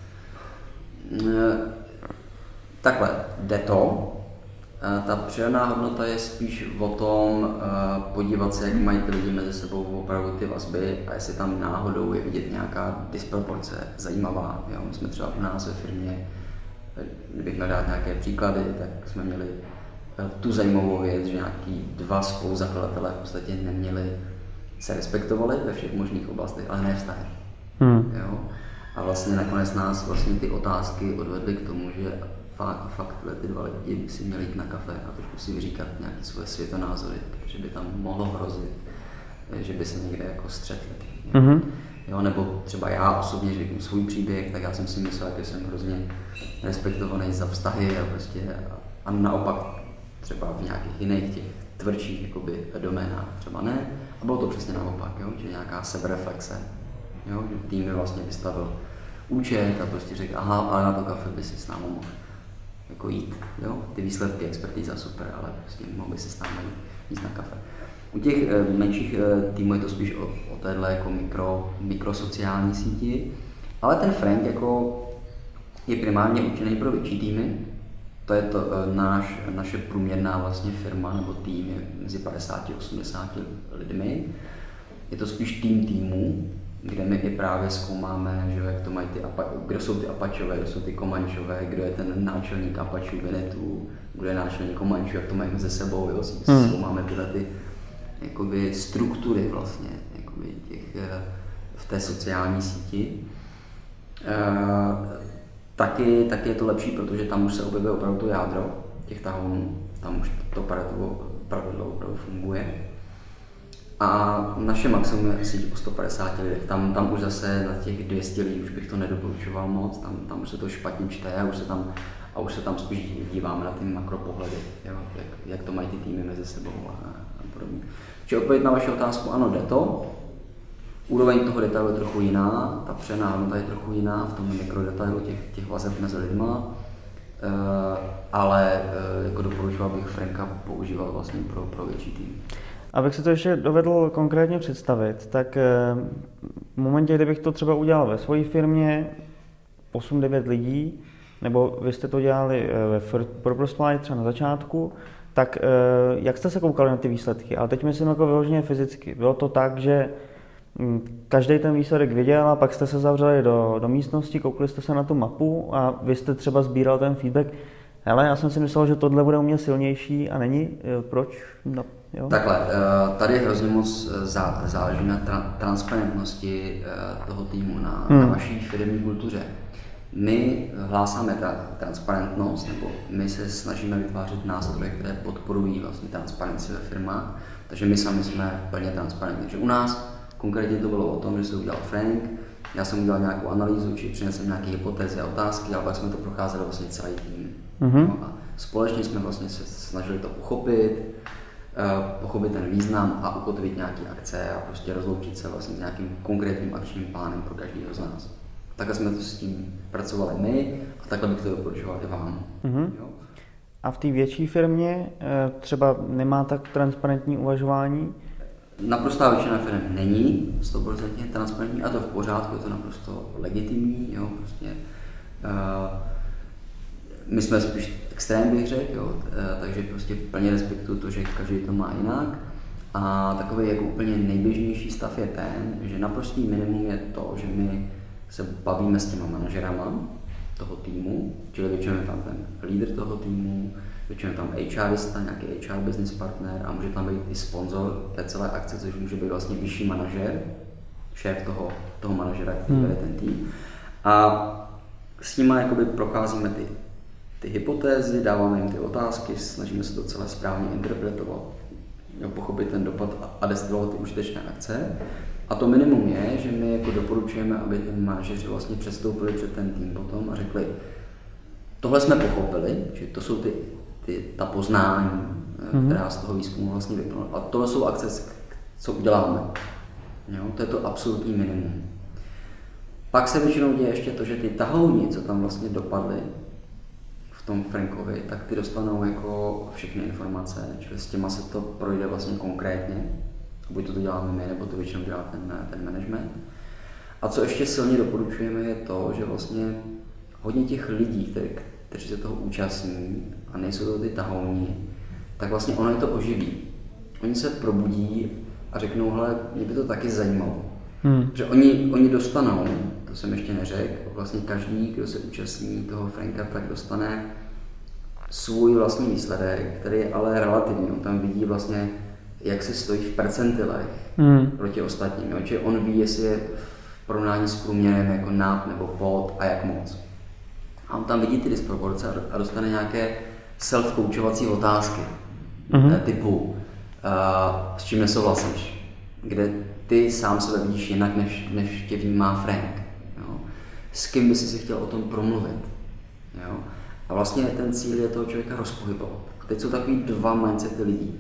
Takhle, jde to. Ta přidaná hodnota je spíš o tom podívat se, jak mají ty lidi mezi sebou opravdu ty vazby a jestli tam náhodou je vidět nějaká disproporce zajímavá. Jo? My jsme třeba u nás ve firmě, kdybych měl dát nějaké příklady, tak jsme měli tu zajímavou věc, že nějaký dva spoluzakladatelé v podstatě neměli, se respektovali ve všech možných oblastech, ale ne vztahy. Hmm. Jo? A vlastně nakonec nás vlastně ty otázky odvedly k tomu, že fakt, fakt ty dva lidi by si měli jít na kafe a trošku si vyříkat nějaké svoje světonázory, protože by tam mohlo hrozit, že by se někde jako střetli. Hmm. Jo? Nebo třeba já osobně řeknu svůj příběh, tak já jsem si myslel, že jsem hrozně respektovaný za vztahy a prostě a naopak třeba v nějakých jiných těch tvrdších jakoby, doménách třeba ne. A bylo to přesně naopak, jo? Že nějaká sebereflexe, jo? Že tým vlastně vystavil účet a prostě řekl, aha, ale na to kafe by si s námi mohl jako jít. Jo? Ty výsledky expertíza super, ale prostě mohl by si s námi jít na kafe. U těch e, menších e, týmů je to spíš o, o téhle jako mikro, mikrosociální síti, ale ten Frank jako je primárně určený pro větší týmy. To je to náš, naše průměrná vlastně firma nebo tým je mezi padesáti a osmdesáti lidmi. Je to spíš tým týmů, kde my i právě zkoumáme, že jak to mají ty, kdo jsou ty Apačové, kdo jsou ty Komančové, kdo je ten náčelník Apačů, Vinetů, kdo je náčelník Komančů, jak to mají mezi sebou. Jo? Zkoumáme tyhle ty jakoby, struktury vlastně jakoby, těch, v té sociální síti. Taky, taky je to lepší, protože tam už se objevuje opravdu to jádro těch tahounů, tam už to pravidlo opravdu funguje. A naše maximum je asi o sto padesáti lidech, tam, tam už zase na těch dvě stě lidí už bych to nedoporučoval moc, tam, tam už se to špatně čte a už se tam, a už se tam spíš díváme na ty makropohledy, jo, jak, jak to mají ty týmy mezi sebou a, a podobně. Čili odpověď na vaši otázku, ano, jde to. Úroveň toho detailu je trochu jiná, ta přidaná hodnota je trochu jiná v tom mikrodetailu těch, těch vazeb mezi lidma, e, ale e, jako doporučoval bych Franka používat vlastně pro, pro větší tým. Abych si to ještě dovedl konkrétně představit, tak e, v momentě, kdybych to třeba udělal ve své firmě, osm devět lidí, nebo vy jste to dělali ve Purposefly třeba na začátku, tak e, jak jste se koukali na ty výsledky? Ale teď myslím jako vyloženě fyzicky. Bylo to tak, že každý ten výsledek viděl a pak jste se zavřeli do, do místnosti, koukli jste se na tu mapu a vy jste třeba sbíral ten feedback. Ale já jsem si myslel, že tohle bude u mě silnější a není. Proč? No, jo? Takhle, tady hrozně moc zá, záleží na tra, transparentnosti toho týmu, na, hmm. na vaší firemní kultuře. My hlásáme ta transparentnost, nebo my se snažíme vytvářet nástroje, které podporují vlastně transparenci ve firmách, takže my sami jsme plně transparentní. Takže u nás konkrétně to bylo o tom, že se udělal Frank, já jsem udělal nějakou analýzu, či přinesl nějaké hypotézy a otázky, ale pak jsme to procházeli vlastně celý tým. Mm-hmm. No a společně jsme vlastně se snažili to pochopit pochopit ten význam a ukotvit nějaké akce a prostě rozloučit se vlastně s nějakým konkrétním akčním plánem pro každého z nás. Takhle jsme to s tím pracovali my a takhle bych to doporučoval i vám. Mm-hmm. A v té větší firmě třeba nemá tak transparentní uvažování? Naprostá většina firm není sto procent transparentní a to v pořádku, je to naprosto legitimní. Jo, prostě, uh, my jsme spíš extrém, bych řekl, jo, uh, takže prostě plně respektuju to, že každý to má jinak. A takový jako úplně nejběžnější stav je ten, že naprostý minimum je to, že my se bavíme s těma manažerama toho týmu, čili většinou je tam ten lídr toho týmu, většinou tam HRista, nějaký H R business partner a může tam být i sponzor té celé akce, což může být vlastně vyšší manažer, šéf toho, toho manažera, který vede ten tým. A s nimi jakoby procházíme ty, ty hypotézy, dáváme jim ty otázky, snažíme se to celé správně interpretovat, pochopit ten dopad a destilovat ty užitečné akce. A to minimum je, že my jako doporučujeme, aby ten manažeři vlastně přestoupili před ten tým potom a řekli, tohle jsme pochopili, že to jsou ty, ty, ta poznání, mm-hmm. která z toho výzkumu vlastně vyplnula. A tohle jsou akce, co uděláme. Jo? To je to absolutní minimum. Pak se většinou děje ještě to, že ty tahouni, co tam vlastně dopadly v tom Frankovi, tak ty dostanou jako všechny informace, čili s těma se to projde vlastně konkrétně. Buď to, to děláme my, nebo to většinou dělá ten, ten management. A co ještě silně doporučujeme je to, že vlastně hodně těch lidí, který, kteří se toho účastní a nejsou to ty tahouni, tak vlastně ono je to oživí. Oni se probudí a řeknou, hele, mě by to taky zajímalo. Hmm. Že oni, oni dostanou, to jsem ještě neřekl, vlastně každý, kdo se účastní toho Franka, tak dostane svůj vlastní výsledek, který je ale relativní. On tam vidí vlastně, jak se stojí v percentilech hmm. proti ostatním. Jo? Čiže on ví, jestli je v porovnání s průměrem jako nad nebo pod a jak moc. A on tam vidí ty disproporce a dostane nějaké self-coachovací otázky hmm. typu uh, s čím nesouhlasíš, kde ty sám sebe vidíš jinak, než, než tě vnímá Frank. Jo? S kým by si si chtěl o tom promluvit. Jo? A vlastně ten cíl je toho člověka rozpohybovat. A teď jsou takový dva mindsety lidí.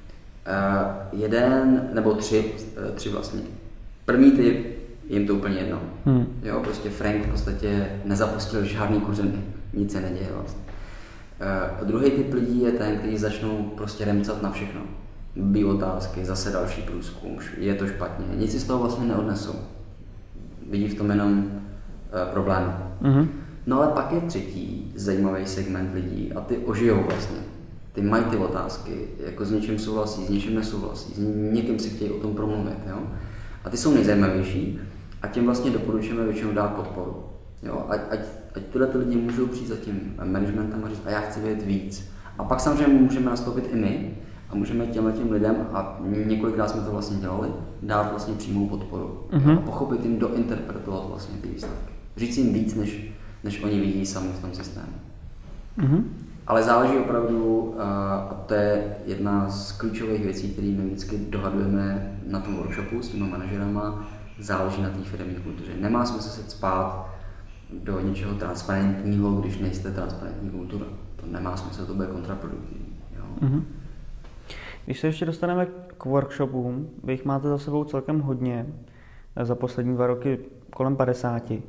Uh, jeden nebo tři, uh, tři vlastně. První typ, jim to úplně jedno. Hmm. Jo, prostě Frank v podstatě nezapustil žádný kořeny, nic se neděje vlastně. Uh, druhý typ lidí je ten, kteří začnou prostě remcat na všechno. Bí otázky, zase další průzkum, je to špatně, nic si z toho vlastně neodnesou. Vidí v tom jenom uh, problém. Hmm. No ale pak je třetí zajímavý segment lidí a ty ožijou vlastně. Ty mají ty otázky, jako s něčím souhlasí, s něčím nesouhlasí, s někým si chtějí o tom promluvit, jo? A ty jsou nejzajímavější a těm vlastně doporučujeme většinou dát podporu. Jo? Ať, ať, ať tyhle ty lidi můžou přijít za tím managementem a říct, a já chci vědět víc. A pak samozřejmě můžeme nastoupit i my a můžeme těmhle těm lidem, a několikrát jsme to vlastně dělali, dát vlastně přímou podporu. Mm-hmm. A pochopit jim, dointerpretovat vlastně ty výsledky. Říct jim víc, než, než oni vidí sami v tom systému. Mm-hmm. Ale záleží opravdu, a to je jedna z klíčových věcí, které my vždycky dohadujeme na tom workshopu s těma manažerama, záleží na té firmní kultuře. Nemá smysl se cpát do něčeho transparentního, když nejste transparentní kultura. To nemá smysl, to bude kontraproduktivní. Jo? Mm-hmm. Když se ještě dostaneme k workshopům, vy jich máte za sebou celkem hodně, za poslední dva roky kolem padesáti.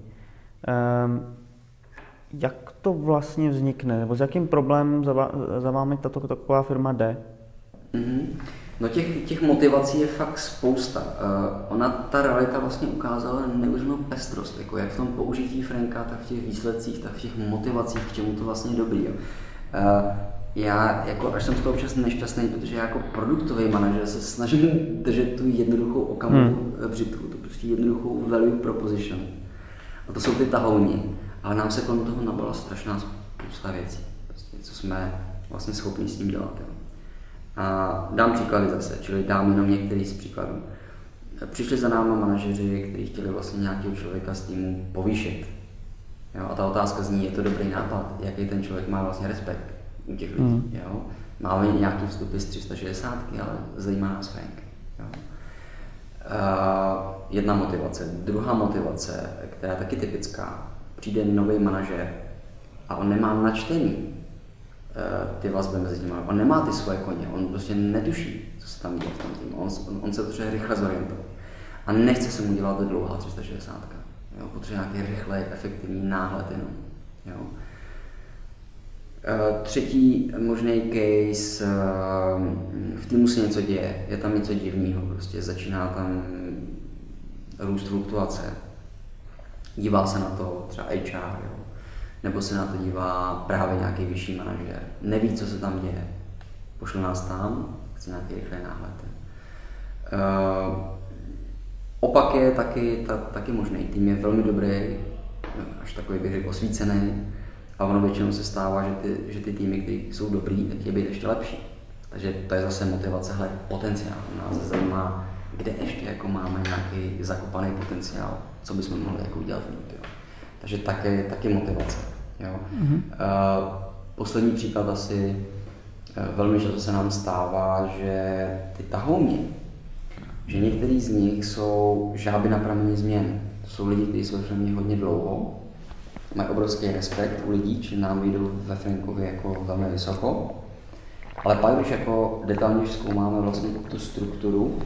Um, Jak to vlastně vznikne, nebo s jakým problémem za, za vámi tato taková firma jde? Mm-hmm. No těch, těch motivací je fakt spousta. Uh, ona, ta realita vlastně ukázala neuvěřitelnou pestrost, jako jak v tom použití Franka, tak v těch výsledcích, tak v těch motivacích, k čemu to vlastně dobrý. Jo. Uh, já jako až jsem z toho občas nešťastný, protože já jako produktový manažer se snažím držet tu jednoduchou okamovou hmm. břitku, tu prostě jednoduchou value proposition. A to jsou ty tahouni. Ale nám se kolem toho nabala strašná spousta věcí, prostě, co jsme vlastně schopni s tím dělat. Jo. A dám příklady zase, čili dám jenom některý z příkladů. Přišli za náma manažeři, kteří chtěli vlastně nějakého člověka z týmu povýšit. Jo, a ta otázka zní, je to dobrý nápad, jaký ten člověk má vlastně respekt u těch lidí. Mm. Jo. Máme nějaký vstupy z tři sta šedesát, ale zajímá nás Frank. Jo. Uh, jedna motivace. Druhá motivace, která je taky typická, přijde nový manažer a on nemá načtený ty vazby mezi nimi. On nemá ty svoje koně, on prostě netuší, co se tam děje v tom týmu. On, on, on se potřebuje rychle zorientovat. A nechce se mu dělat dlouhá tři sta šedesát. Jo, potřebuje nějaký rychlej, efektivní náhled jenom. Jo. Uh, třetí možný case, uh, v týmu se něco děje, je tam něco divného, prostě začíná tam růst fluktuace. Dívá se na to třeba há er, jo. Nebo se na to dívá právě nějaký vyšší manažer. Neví, co se tam děje. Pošle nás tam, chce nějaký rychlý náhled. Uh, opak je taky, ta, taky možný. Tým je velmi dobrý, až takový bych řekl osvícený. A ono většinou se stává, že ty, že ty týmy, které jsou dobrý, tak je být ještě lepší. Takže to je zase motivace, hle, potenciál. Nás zajímá, kde ještě jako máme nějaký zakopaný potenciál, co bychom mohli jako udělat líp. Jo. Takže taky, taky motivace. Jo. Mm-hmm. Uh, poslední příklad asi, uh, velmi často se nám stává, že ty tahouni, že některý z nich jsou žáby na pramení změn. To jsou lidi, kteří jsou ve firmě hodně dlouho, mají obrovský respekt u lidí, či nám vyjdou ve Frankovi jako velmi vysoko. Ale pak, když jako detailně zkoumáme vlastně tu strukturu uh,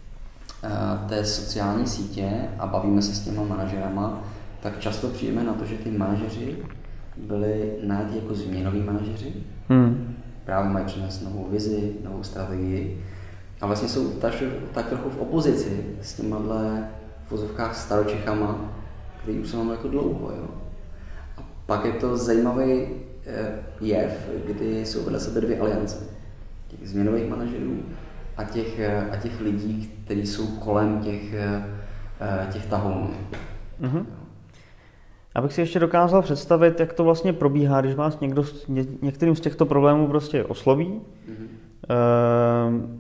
té sociální sítě a bavíme se s těma manažerama, tak často přijdeme na to, že ty manažeři byli najati jako změnoví manažeři. Hmm. Právě mají přinést novou vizi, novou strategii. A vlastně jsou tak, tak trochu v opozici s těmahle v vozovkách staročechama, který už jsou jako dlouho. Jo. A pak je to zajímavý jev, kdy jsou vedle sebe dvě aliance. Těch změnových manažerů a těch, a těch lidí, kteří jsou kolem těch, těch tahounů. Mm-hmm. Abych si ještě dokázal představit, jak to vlastně probíhá, když vás někdo ně, některým z těchto problémů prostě osloví. Mm-hmm. E,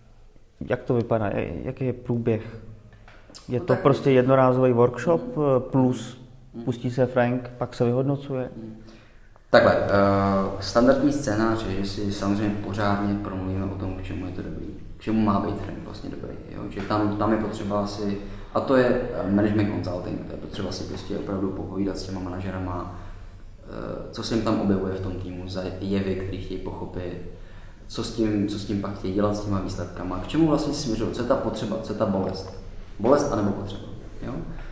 jak to vypadá? Jaký je průběh? Je no to tak... prostě jednorázový workshop plus pustí se Frank, pak se vyhodnocuje? Takhle, uh, standardní scénář je, že si samozřejmě pořádně promluvíme o tom, k čemu je to dobrý, k čemu má být Frank vlastně dobrý. Jo? Že tam, tam je potřeba asi, a to je management consulting, to je potřeba si prostě opravdu popovídat s těma manažerama, uh, co se jim tam objevuje v tom týmu za jevy, který chtějí pochopit, co s tím, co s tím pak chtějí dělat s těma výsledkama, k čemu vlastně směřují, co je ta potřeba, co je ta bolest. Bolest anebo potřeba. Jo?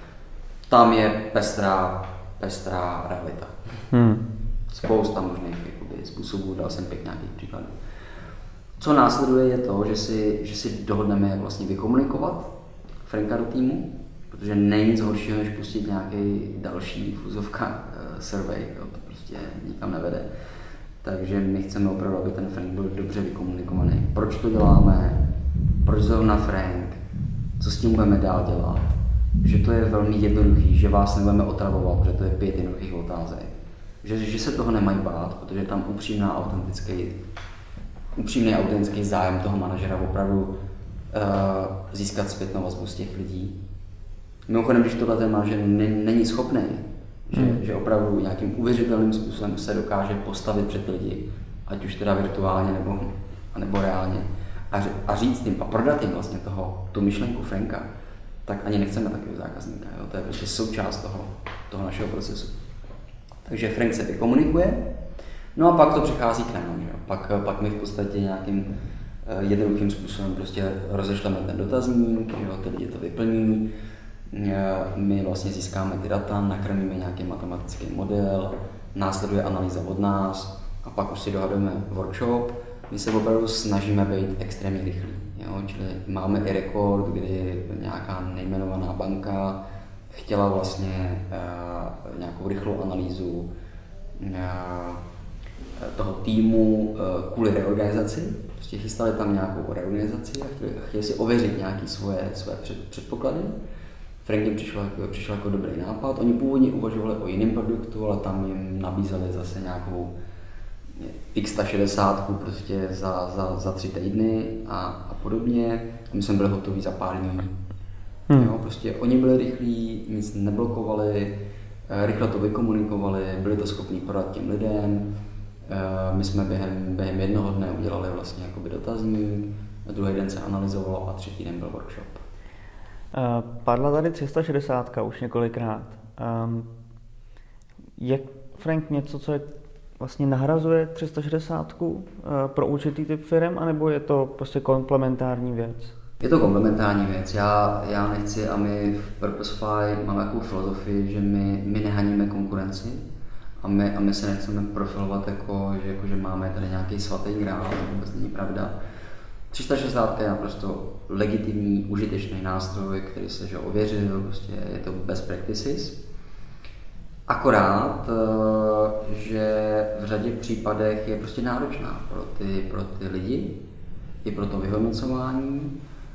Tam je pestrá, pestrá realita. Hmm. Spousta možných jakoby, způsobů, dal jsem pět nějakých příkladů. Co následuje je to, že si, že si dohodneme, jak vlastně vykomunikovat Franka do týmu, protože není nic horšího, než pustit nějaký další fuzovka uh, survey, jo, to prostě nikam nevede. Takže my chceme opravdu, aby ten Frank byl dobře vykomunikovaný. Proč to děláme, proč zrovna Frank, co s tím budeme dál dělat, že to je velmi jednoduchý, že vás nebudeme otravovat, protože to je pět jednoduchých otázek. Že, že se toho nemají bát, protože je tam upřímná, autentický, upřímný autentický zájem toho manažera opravdu uh, získat zpětnou vazbu z těch lidí. Mimochodem, když tohle ten manažer není schopný, že, hmm. že opravdu nějakým uvěřitelným způsobem se dokáže postavit před lidi, ať už teda virtuálně nebo, nebo reálně, a, a říct jim a prodat jim vlastně toho, tu myšlenku Franka, tak ani nechceme takového zákazníka. Jo? To je prostě součást toho, toho našeho procesu. Takže Frank se vykomunikuje, no a pak to přechází k nám. Že? Pak, pak my v podstatě nějakým uh, jednoduchým způsobem prostě rozešleme ten dotazník, že? Ty lidi to vyplní, uh, my vlastně získáme ty data, nakrmíme nějaký matematický model, následuje analýza od nás a pak už si dohadujeme workshop. My se opravdu snažíme být extrémně rychlí. Jo? Čili máme i rekord, kdy nějaká nejmenovaná banka chtěla vlastně uh, nějakou rychlou analýzu uh, toho týmu uh, kvůli reorganizaci. Prostě chystali tam nějakou reorganizaci a chtěli, chtěli si ověřit nějaké svoje, svoje před, předpoklady. Frank jim přišel, přišel jako dobrý nápad. Oni původně uvažovali o jiném produktu, ale tam jim nabízeli zase nějakou X sta šedesát prostě za, za, za tři týdny a, a podobně. A my jsme byli hotoví za pár dní. Hmm. Jo, prostě oni byli rychlí, nic neblokovali, rychle to vykomunikovali, byli to schopni podat těm lidem. My jsme během, během jednoho dne udělali vlastně jakoby dotazník, druhý den se analyzovalo a třetí den byl workshop. Padla tady tři sta šedesát už několikrát. Je Frank něco, co je vlastně nahrazuje tři sta šedesát pro určitý typ firm, anebo je to prostě komplementární věc? Je to komplementární věc. Já, já nechci, a my v Purposefy máme takovou filozofii, že my, my nehaníme konkurenci a my, a my se nechceme profilovat jako, že, jako, že máme tady nějaký svatý grál, to vůbec není pravda. tři sta šedesát je naprosto legitimní, užitečný nástroj, který se že ověřil, prostě je to best practices. Akorát, že v řadě případech je prostě náročná pro ty, pro ty lidi, i pro to vyhodnocování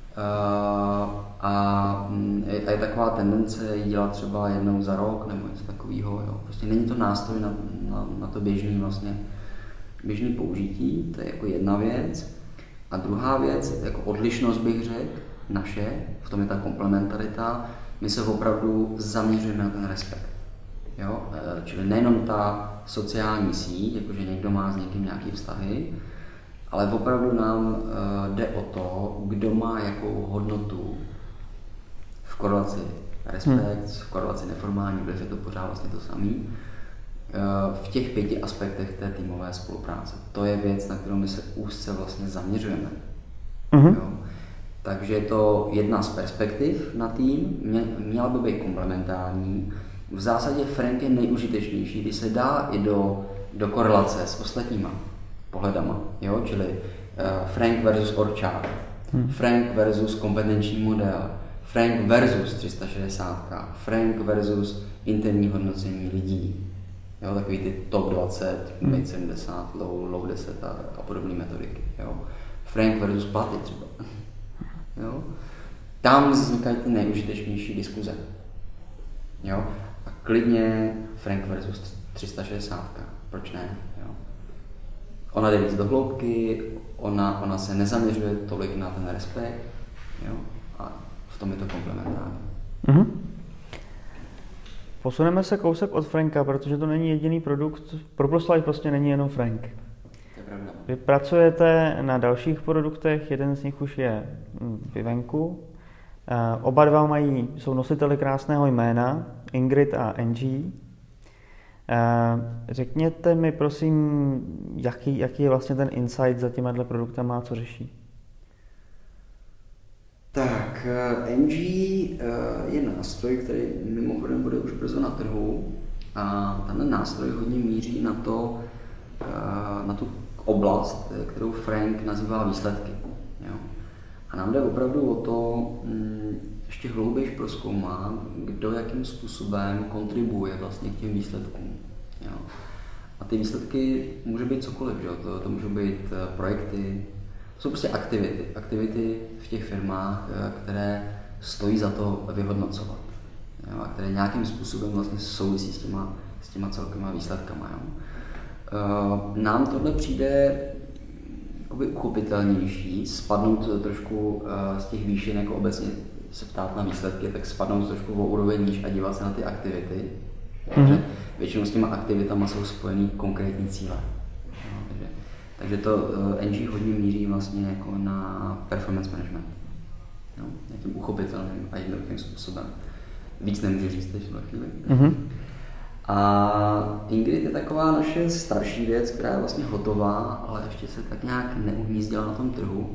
a je taková tendence ji dělat třeba jednou za rok nebo něco takového. Jo. Prostě není to nástroj na, na, na to běžný, vlastně, běžný použití, to je jako jedna věc. A druhá věc, jako odlišnost bych řekl, naše, v tom je ta komplementarita, my se opravdu zaměřujeme na ten respekt. Jo? Čili nejenom ta sociální síť, jakože někdo má s někým nějaké vztahy, ale opravdu nám uh, jde o to, kdo má jakou hodnotu v korelaci respekt, hmm. v korelaci neformální vliv, je to pořád vlastně to samé. Uh, v těch pěti aspektech té týmové spolupráce. To je věc, na kterou my se úzce vlastně zaměřujeme. Hmm. Jo? Takže je to jedna z perspektiv na tým, mě, měla by být komplementární. V zásadě Frank je nejužitečnější, když se dá i do, do korelace s ostatníma pohledama, jo? Čili uh, Frank versus orchard, hmm. Frank versus kompetenční model, Frank versus tři sta šedesát, Frank versus interní hodnocení lidí, jo? Takový ty top dvacet, hmm. mid sedmdesát, low, low deset a, a podobné metodiky. Jo? Frank versus platy třeba. Jo? Tam vznikají ty nejužitečnější diskuze. Jo? A klidně Frank versus tři sta šedesát, proč ne? Jo? Ona jde víc do hloubky, ona, ona se nezaměřuje tolik na ten respekt, jo? A v tom je to komplementární. Mm-hmm. Posuneme se kousek od Franka, protože to není jediný produkt. Purposefy prostě není jenom Frank. To je pravda. Vy pracujete na dalších produktech, jeden z nich už je venku. Oba dva mají, jsou nositeli krásného jména, Ingrid a Angie. Řekněte mi prosím, jaký, jaký je vlastně ten insight za těmihle produktama a co řeší? Tak, Angie je nástroj, který mimochodem bude už brzo na trhu a tenhle nástroj hodně míří na to, na tu oblast, kterou Frank nazývá výsledky. Jo. A nám jde opravdu o to, ještě hlouběji prozkoumat, kdo jakým způsobem kontribuje vlastně k těm výsledkům. Jo. A ty výsledky může být cokoliv, že? To, to můžou být projekty, to jsou prostě aktivity, aktivity v těch firmách, které stojí za to vyhodnocovat, jo? A které nějakým způsobem vlastně souvisí s těma, s těma celkovýma výsledkama. Jo? Nám tohle přijde jakoby uchopitelnější, spadnout trošku z těch výšin, jako obecně se ptát na výsledky, tak spadnout trošku o úroveň níž a dívat se na ty aktivity. Mm-hmm. Většinou s těma aktivitama jsou spojený konkrétní cíle. No, takže, takže to uh, Angie hodně míří vlastně jako na performance management. No, nějakým uchopitelným a jednoduchým způsobem. Víc nemůžu říct teď v chvíli. Mm-hmm. A Ingrid je taková naše starší věc, která je vlastně hotová, ale ještě se tak nějak neuhnízdila na tom trhu.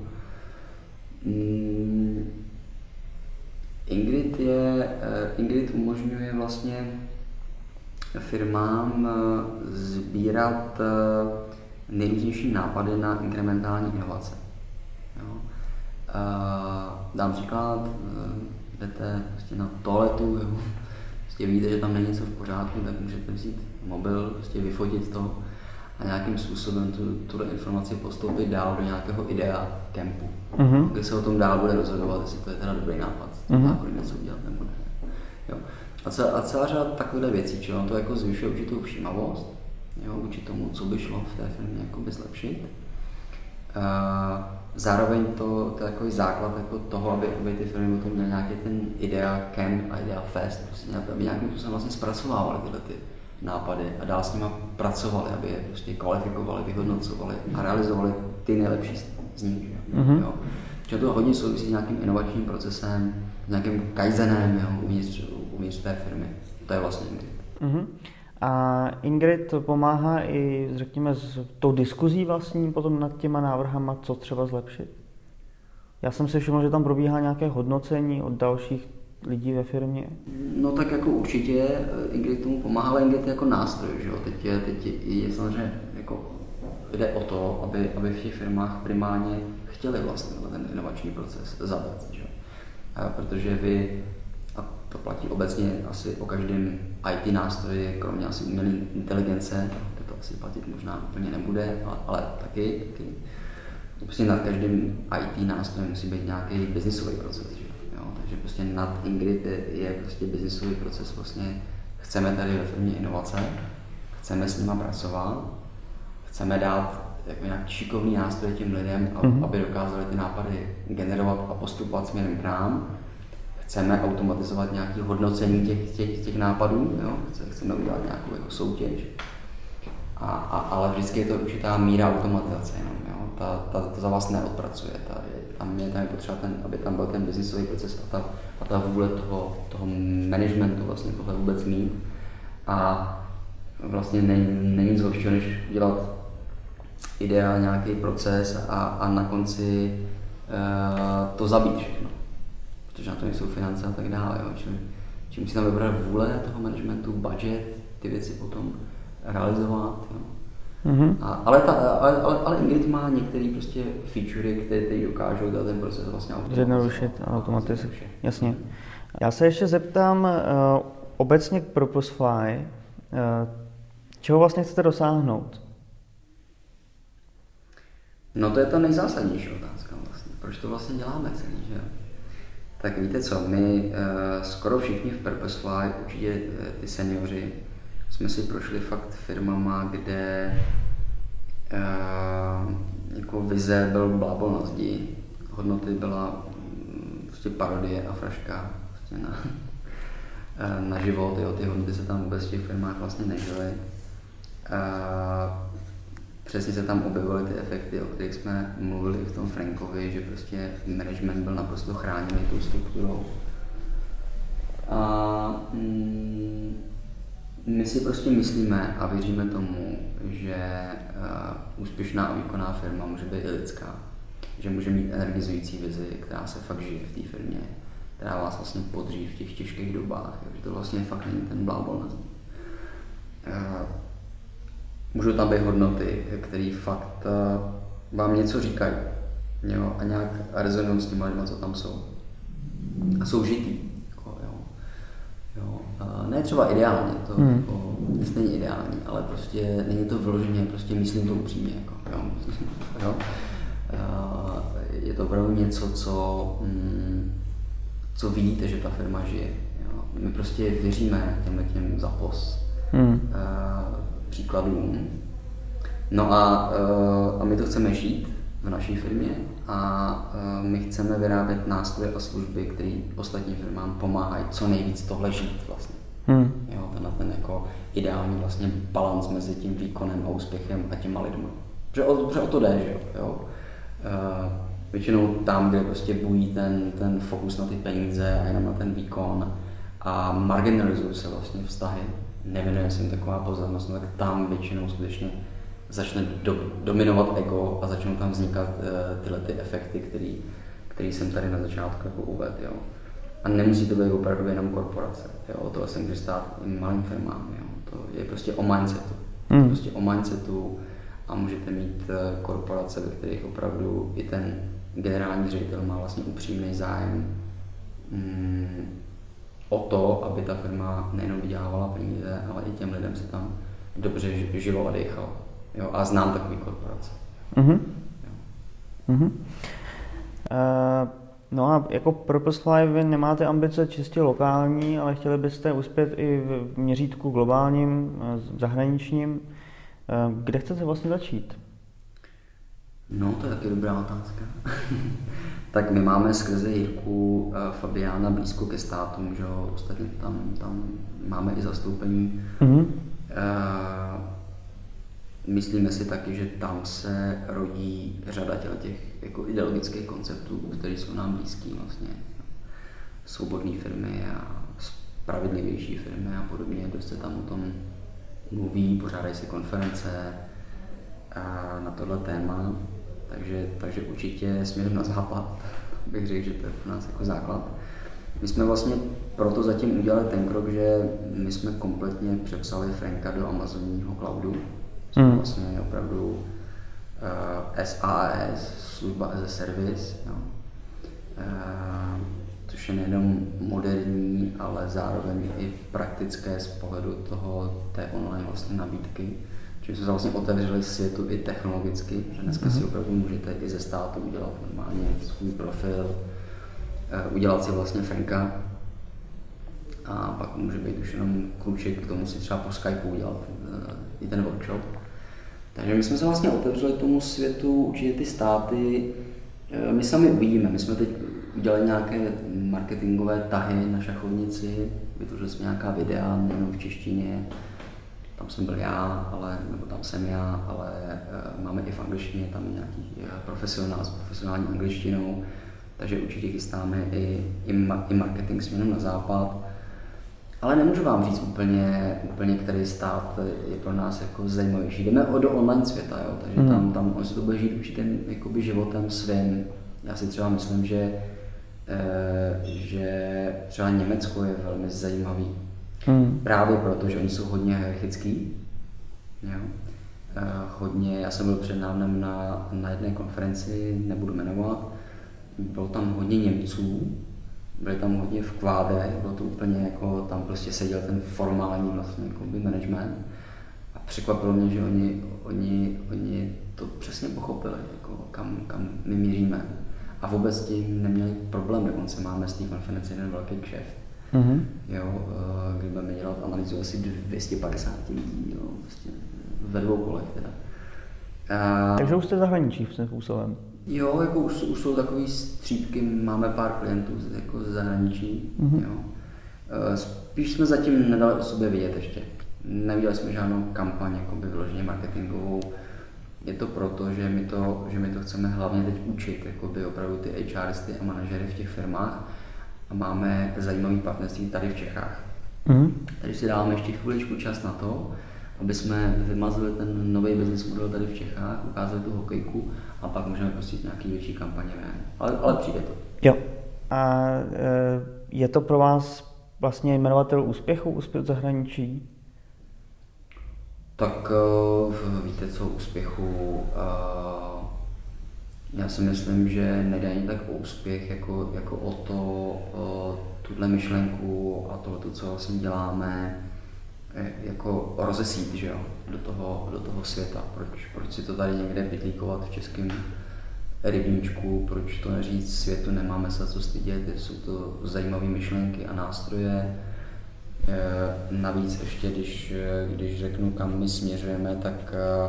Mm, Ingrid, je, Ingrid umožňuje vlastně firmám sbírat nejrůznější nápady na inkrementální inovace. Jo. Dám příklad, jdete prostě na toaletu, jo. Prostě víte, že tam není něco v pořádku, tak můžete vzít mobil, prostě vyfotit to a nějakým způsobem tu, tuhle informaci postoupit dál do nějakého idea campu, mm-hmm. kde se o tom dál bude rozhodovat, jestli to je teda dobrý nápad, mm-hmm. něco udělat nebo ne. Jo. A, celá, a celá řada takovýchhle věcí, či on to jako zvyšuje určitou všímavost, jo, vůči tomu, co by šlo v té firmě jakoby zlepšit. Uh, zároveň to, to je takový základ jako toho, aby, aby ty firmy potom měly nějaký ten idea camp a idea fest, prostě nějak, aby nějakým způsobem vlastně zpracovávaly tyhle ty nápady a dál s nimi pracovali, aby je prostě kvalifikovali, vyhodnocovali a realizovali ty nejlepší z nich. Mm-hmm. Jo. Protože to hodně souvisí s nějakým inovačním procesem, s nějakým kaizenem, jo, uvnitř, uvnitř té firmy. To je vlastně Ingrid. Mm-hmm. A Ingrid pomáhá i, řekněme, s tou diskuzí vlastní potom nad těma návrhama, co třeba zlepšit? Já jsem si všiml, že tam probíhá nějaké hodnocení od dalších lidí ve firmě. No tak jako určitě Ingrid tomu pomáhá, ale Ingrid je jako nástroj, že jo? Teď je, teď je, je samozřejmě jako jde o to, aby, aby v těch firmách primárně chtěli vlastně ten inovační proces zavést, že jo? A protože vy, a to platí obecně asi o každém í té nástroji, kromě asi umělé inteligence, to asi platit možná úplně nebude, ale, ale taky, taky. Prostě nad každým í té nástrojem musí být nějaký biznisový proces, že jo? Takže prostě nad Ingrid je, je prostě biznisový proces, vlastně chceme tady ve firmě inovace, chceme s nima pracovat, chceme dát jako nějaký šikovný nástroj těm lidem, mm-hmm. aby dokázali ty nápady generovat a postupovat směrem k nám. Chceme automatizovat nějaké hodnocení těch, těch, těch nápadů, jo? Chceme udělat nějakou jako soutěž. A, a, ale vždycky je to určitá míra automatizace, jenom, jo? Ta, ta, ta za vás neodpracuje. Ta, tam je, tam je potřeba, ten, aby tam byl ten biznisový proces a ta, a ta vůle toho, toho managementu vlastně tohle vůbec mít. A vlastně není, není nic horšího, než dělat ideál, nějaký proces a, a na konci uh, to zabít všechno. Protože na to nejsou finance a tak dále. Jo. Čili, čili musí tam vybrat vůle toho managementu, budget, ty věci potom realizovat. Jo. Mm-hmm. A, ale, ta, ale, ale, ale Ingrid má některé prostě featurey, které dokážou dát ten proces vlastně automatizovat. Zjednodušit automatizaci. Jasně. Já se ještě zeptám uh, obecně k Purposefly, uh, čeho vlastně chcete dosáhnout? No to je ta nejzásadnější otázka vlastně. Proč to vlastně děláme celý, že jo? Tak víte co, my uh, skoro všichni v Purposefly, určitě uh, ty seniori, jsme si prošli fakt firmama, kde uh, jako vize byl blábol na zdi, hodnoty byla um, prostě parodie a fraška prostě na, uh, na život, jo, ty hodnoty se tam vůbec v těch firmách vlastně nežily. Uh, Přesně se tam objevily ty efekty, o kterých jsme mluvili v tom Frankovi, že prostě management byl naprosto chráněný tou strukturou. A mm, my si prostě myslíme a věříme tomu, že uh, úspěšná a výkonná firma může být i lidská, že může mít energizující vizi, která se fakt žije v té firmě, která vás vlastně podří v těch těžkých dobách, že to vlastně fakt není ten blábol na zdi. Uh, Můžou tam být hodnoty, které fakt uh, vám něco říkají, jo, a nějak rezonují s těma lidma, co tam jsou. A jsou žitý. Jako, jo, jo. Uh, ne třeba ideálně, to hmm. jako, není ideální, ale prostě není to vyloženě, prostě myslím to upřímně. Jako, jo, jo. Uh, je to opravdu něco, co, mm, co vidíte, že ta firma žije. Jo. My prostě věříme těmhle těm zapos. Hmm. Uh, příkladům. No a, a my to chceme žít v naší firmě a my chceme vyrábět nástroje a služby, které ostatním firmám pomáhají co nejvíc tohle žít vlastně. Hmm. Jo, tenhle ten jako ideální vlastně balans mezi tím výkonem a úspěchem a těma lidma. Protože o, protože o to jde, že jo. Většinou tam, kde prostě bují ten, ten fokus na ty peníze a jenom na ten výkon a marginalizují se vlastně vztahy, nevěnuje se jim taková pozornost, no tak tam většinou skutečně začne do, dominovat ego a začnou tam vznikat uh, tyhle ty efekty, který, který jsem tady na začátku jako uvedl. Jo. A nemusí to být opravdu jenom korporace. Jo. To se může stát i malým firmám. Jo. To je prostě o mindsetu. Mm. To je prostě o mindsetu a můžete mít uh, korporace, ve kterých opravdu i ten generální ředitel má vlastně upřímný zájem mm, o to, aby ta firma nejenom vydělávala peníze, ale i těm lidem se tam dobře žilo a dechalo. Jo, a znám takový korporace. Mm-hmm. Mm-hmm. Uh, no a jako Purposefly vy nemáte ambice čistě lokální, ale chtěli byste uspět i v měřítku globálním, zahraničním. Uh, kde chcete vlastně začít? No, to je taky dobrá otázka. Tak my máme skrze Jirku Fabiána blízko ke státům, že jo, ostatně tam, tam máme i zastoupení. Mm-hmm. Uh, myslíme si taky, že tam se rodí řada těch jako ideologických konceptů, které jsou nám blízký vlastně. Svobodné firmy a spravedlivější firmy a podobně, dost se tam o tom mluví, pořádají si konference na tohle téma, takže, takže určitě směrem na západ bych řekl, že to je pro nás jako základ. My jsme vlastně proto zatím udělali ten krok, že my jsme kompletně přepsali Franka do Amazonního cloudu. Jsme mm. vlastně opravdu uh, S A A S, služba as a service, no. uh, což je nejenom moderní, ale zároveň i praktické z pohledu toho, té online vlastně nabídky. Čili jsme se vlastně otevřeli světu i technologicky, že dneska si opravdu můžete i ze státu udělat normálně svůj profil, udělat si vlastně Franka a pak může být už jenom kluček, k tomu si třeba po Skypeu udělat i ten workshop. Takže my jsme se vlastně otevřeli tomu světu, určitě ty státy, my sami uvidíme, my jsme teď udělali nějaké marketingové tahy na šachovnici, vytvořili jsme nějaká videa, nejenom v češtině, tam jsem byl já, ale, nebo tam jsem já, ale máme i v angličtině, tam nějaký profesionál s profesionální angličtinou, takže určitě chystáme i, i, i marketing směrem na západ. Ale nemůžu vám říct úplně, úplně který stát je pro nás jako zajímavější. Jdeme do online světa, jo? Takže mm. tam, tam on se to bude žít určitým jakoby životem svým. Já si třeba myslím, že, e, že třeba Německo je velmi zajímavý. Mm. Právě proto, že oni jsou hodně hierarchický. Jo? E, hodně, já jsem byl přednávnem na, na jedné konferenci, nebudu jmenovat. Bylo tam hodně Němců, byli tam hodně v kvádech, bylo to úplně jako, tam prostě seděl ten formální vlastně jakoby management a překvapilo mě, že oni, oni, oni to přesně pochopili, jako kam, kam my míříme a vůbec tím neměli problém, dokonce máme z té konference jeden velký kšeft, mm-hmm. jo, kdy budeme dělat analýzu asi dvě stě padesát lidí, jo, vlastně ve dvou kolech teda. A... Takže už jste zahraničí v tím způsobem? Jo, jako už, už jsou takové střípky, máme pár klientů jako z zahraničí. Mm-hmm. Jo. Spíš jsme zatím nedali o sobě vidět ještě. Neudělali jsme žádnou kampaň jakoby vyloženě marketingovou. Je to proto, že my to, že my to chceme hlavně teď učit, jakoby opravdu ty HRisty a manažery v těch firmách a máme zajímavý partnerství tady v Čechách. Mm-hmm. Tady si dáváme ještě chviličku čas na to, aby jsme vymazali ten nový business model tady v Čechách, ukázali tu hokejku a pak můžeme pustit nějaký větší kampaně ven. Ale, ale přijde to. Jo. A je to pro vás vlastně jmenovatel úspěchu, úspěch v zahraničí? Tak víte co, úspěchu, já si myslím, že nejde ani tak o úspěch, jako, jako o to, o tuhle myšlenku a tohle, co vlastně děláme, jako rozesít, že jo, do toho, do toho světa. Proč, proč si to tady někde pytlíkovat v českém rybníčku, proč to neříct světu, nemáme se co stydět, jsou to zajímavé myšlenky a nástroje. E, navíc ještě, když, když řeknu, kam my směřujeme, tak,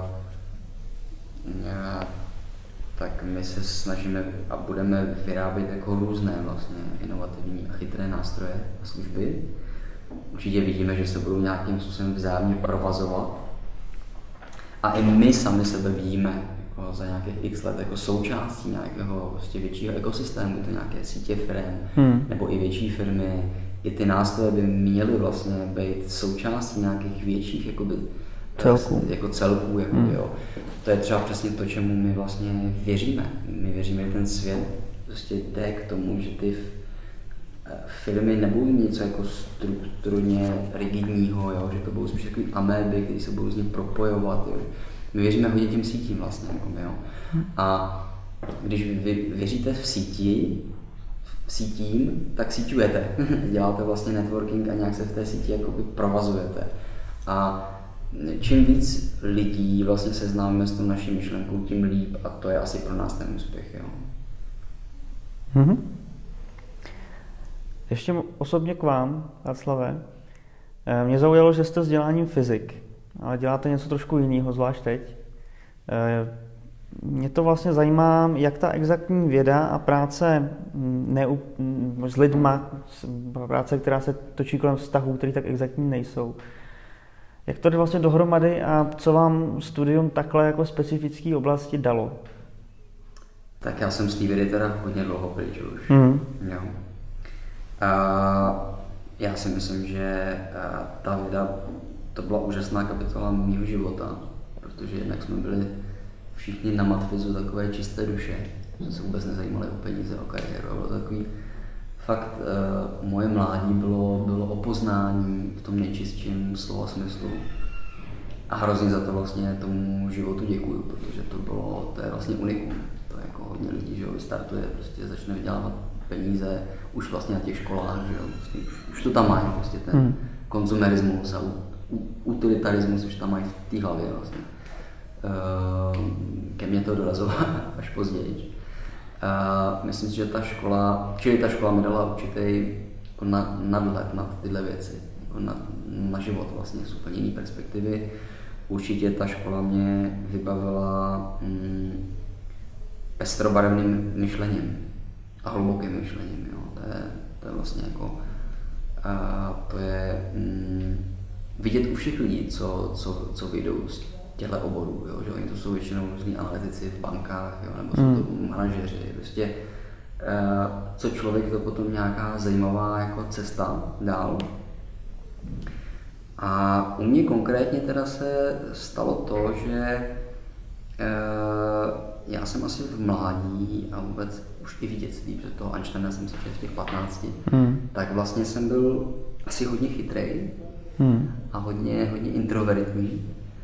e, tak my se snažíme a budeme vyrábět jako různé vlastně inovativní a chytré nástroje a služby. Určitě vidíme, že se budou nějakým způsobem vzájemně provazovat a i my sami sebe vidíme jako za nějakých x let jako součástí nějakého prostě většího ekosystému, to nějaké sítě firm hmm. nebo i větší firmy. I ty nástroje by měly vlastně být součástí nějakých větších jakoby, celků. Jako celků jako, hmm. jo. To je třeba přesně to, čemu my vlastně věříme. My věříme, že ten svět prostě jde k tomu, že ty firmy nebudou něco jako strukturně rigidního, jo? Že to budou spíš takový améby, které se budou z nich propojovat. Jo? My věříme hodně těm sítím vlastně. Jako, jo? A když vy věříte v síti, v sítím, tak síťujete. Děláte vlastně networking a nějak se v té síti jakoby provazujete. A čím víc lidí vlastně seznámíme s tou naší myšlenkou, tím líp a to je asi pro nás ten úspěch. Jo? Mm-hmm. Ještě osobně k vám, Václave. Mě zaujalo, že jste vzděláním fyzik, ale děláte něco trošku jiného, zvlášť teď. Mě to vlastně zajímá, jak ta exaktní věda a práce ne, s lidma, práce, která se točí kolem vztahů, které tak exaktní nejsou. Jak to jde vlastně dohromady a co vám studium takhle jako specifické oblasti dalo? Tak já jsem z té vědy teda hodně dlouho pryč už. Mm. Jo. A já si myslím, že ta věda to byla úžasná kapitola mého života, protože jednak jsme byli všichni na matfizu takové čisté duše, jsme se vůbec nezajímali o peníze, o kariéru, a bylo takový fakt uh, moje mládí bylo, bylo o poznání v tom nejčistším slova smyslu. A hrozně za to vlastně tomu životu děkuju, protože to bylo, to je vlastně unikum. To je jako hodně lidí, že jo, vystartuje, prostě začne vydělávat peníze už vlastně na těch školách, že jo, prostě už, už to tam mají, prostě ten hmm. konzumerismus a utilitarismus už tam mají v té hlavě vlastně. Uh, ke mně to dorazilo až později. Uh, myslím si, že ta škola, čili ta škola mi dala určitý jako na, nadhled nad tyhle věci, jako na, na život vlastně z úplně jiné perspektivy. Určitě ta škola mě vybavila mm, pestrobarevným myšlením a hlubokým myšlením. Jo. To, je, to je vlastně jako, uh, to je mm, vidět u všech lidí, co, co, co vyjdou z těchto oborů, jo, že oni to jsou většinou různí analytici v bankách, jo, nebo jsou to manažeři, prostě uh, co člověk, to potom nějaká zajímavá jako cesta dál. A u mě konkrétně teda se stalo to, že uh, já jsem asi v mládí a vůbec už i v dětství, protože toho Einsteina jsem se četl v těch patnácti, hmm. tak vlastně jsem byl asi hodně chytrej hmm. a hodně, hodně introvertní.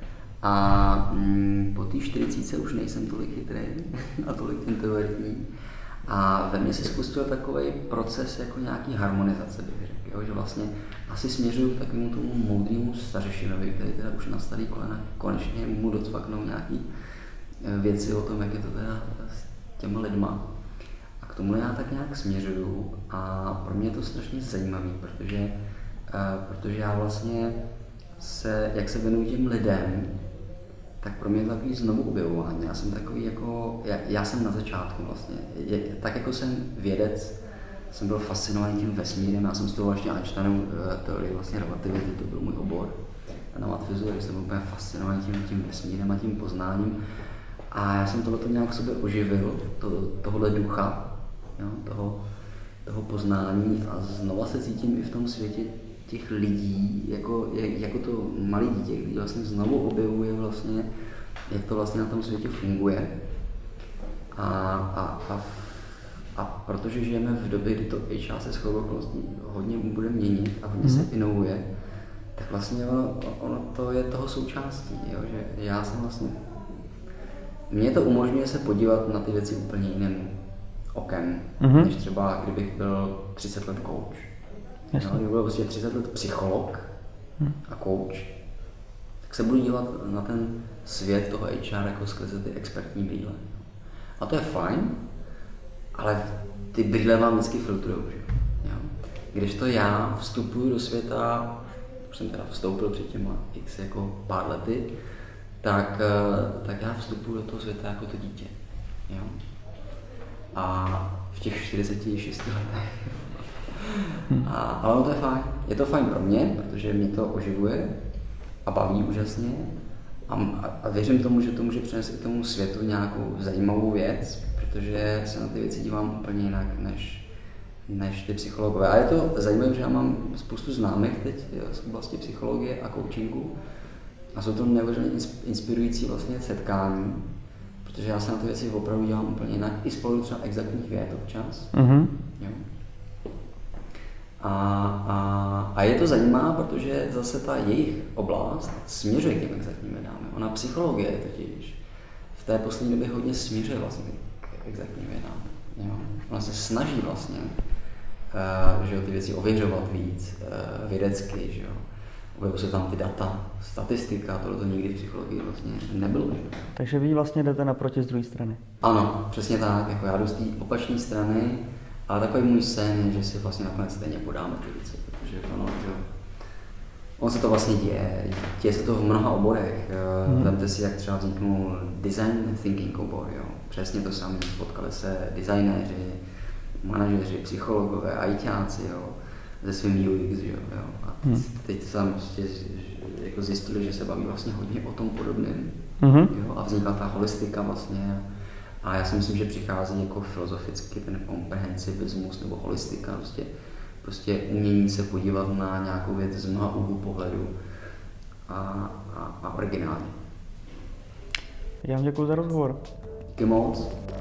A mm, po té čtyřicítce už nejsem tolik chytrý a tolik introvertní. A ve mně se spustil takový proces jako nějaký harmonizace, bych řekl, jo? Že vlastně asi směřuju k takovému tomu moudrému stařešinovi, který teda už na starý kolena konečně mu docvaknou nějaký věci o tom, jak je to teda s těma lidma. A k tomu já tak nějak směřuju a pro mě je to strašně zajímavý, protože, uh, protože já vlastně se, jak se věnuju těm lidem, tak pro mě je to takový znovu objevování. Já jsem takový jako, já, já jsem na začátku vlastně, je, tak jako jsem vědec, jsem byl fascinovaný tím vesmírem, já jsem studoval vlastně Einsteinovu teorii vlastně relativity, to byl můj obor na matfizu, takže jsem byl úplně fascinovaný tím, tím vesmírem a tím poznáním. A já jsem tohleto nějak v sobě oživil, to, tohle ducha, jo, toho, toho poznání a znova se cítím i v tom světě těch lidí, jako, jako to malé dítě, který vlastně znovu objevuje vlastně, jak to vlastně na tom světě funguje. A, a, a, a protože žijeme v době, kdy to H R se shodou hodně bude měnit a hodně mm-hmm. se inovuje, tak vlastně ono, ono to je toho součástí, jo? Že já jsem vlastně, mně to umožňuje se podívat na ty věci úplně jiným okem, mm-hmm. než třeba kdybych byl třicet let coach. No, kdyby byl prostě třicet let psycholog a coach, tak se budu dívat na ten svět toho H R jako skrze ty expertní brýle. A to je fajn, ale ty brýle vám vždycky filtrujou. Když to já vstupuji do světa, už jsem teda vstoupil před těma x jako pár lety, tak, tak já vstupuji do toho světa jako to dítě. Jo? A v těch čtyřiceti šesti letech. A, ale to je fajn. Je to fajn pro mě, protože mě to oživuje a baví úžasně. A, a věřím tomu, že to může přinést i tomu světu nějakou zajímavou věc, protože se na ty věci dívám úplně jinak než, než ty psychologové. A je to zajímavé, že já mám spoustu známých teď z oblasti psychologie a coachingu. A jsou to neuvěřitelně inspirující vlastně setkání, protože já se na ty věci opravdu dělám úplně jinak, i spolu třeba exaktních věd občas. Mm-hmm. Jo. A, a, a je to zajímá, protože zase ta jejich oblast směřuje k těm exaktním vědám. Ona psychologie totiž v té poslední době hodně směřuje vlastně k exaktním vědám. Jo. Ona se snaží vlastně uh, že jo, ty věci ověřovat víc, uh, vědecky, že jo. Objevují se tam ty data, statistika, tohle to nikdy v psychologii vlastně nebylo. Že? Takže vy vlastně jdete naproti z druhé strany. Ano, přesně tak, jako já jdu z té opačné strany, ale takový můj sen je, že si vlastně nakonec stejně podáme ty věci, protože ono, že on se to vlastně děje, děje se to v mnoha oborech. Hmm. Vemte si, jak třeba vzniknul design thinking obor, jo. Přesně to samé, potkali se designéři, manažeři, psychologové, ajťáci, jo, ze svým U X, jo, jo. A hmm. teď jsem prostě jako zjistili, že se baví vlastně hodně o tom podobném, hmm. jo, a vznikla ta holistika vlastně. A já si myslím, že přichází jako filozoficky ten komprehensivismus nebo holistika, prostě, prostě umění se podívat na nějakou věc z mnoha úhlů pohledu. a, a, a originální. Já vám děkuji za rozhovor. Díky moc.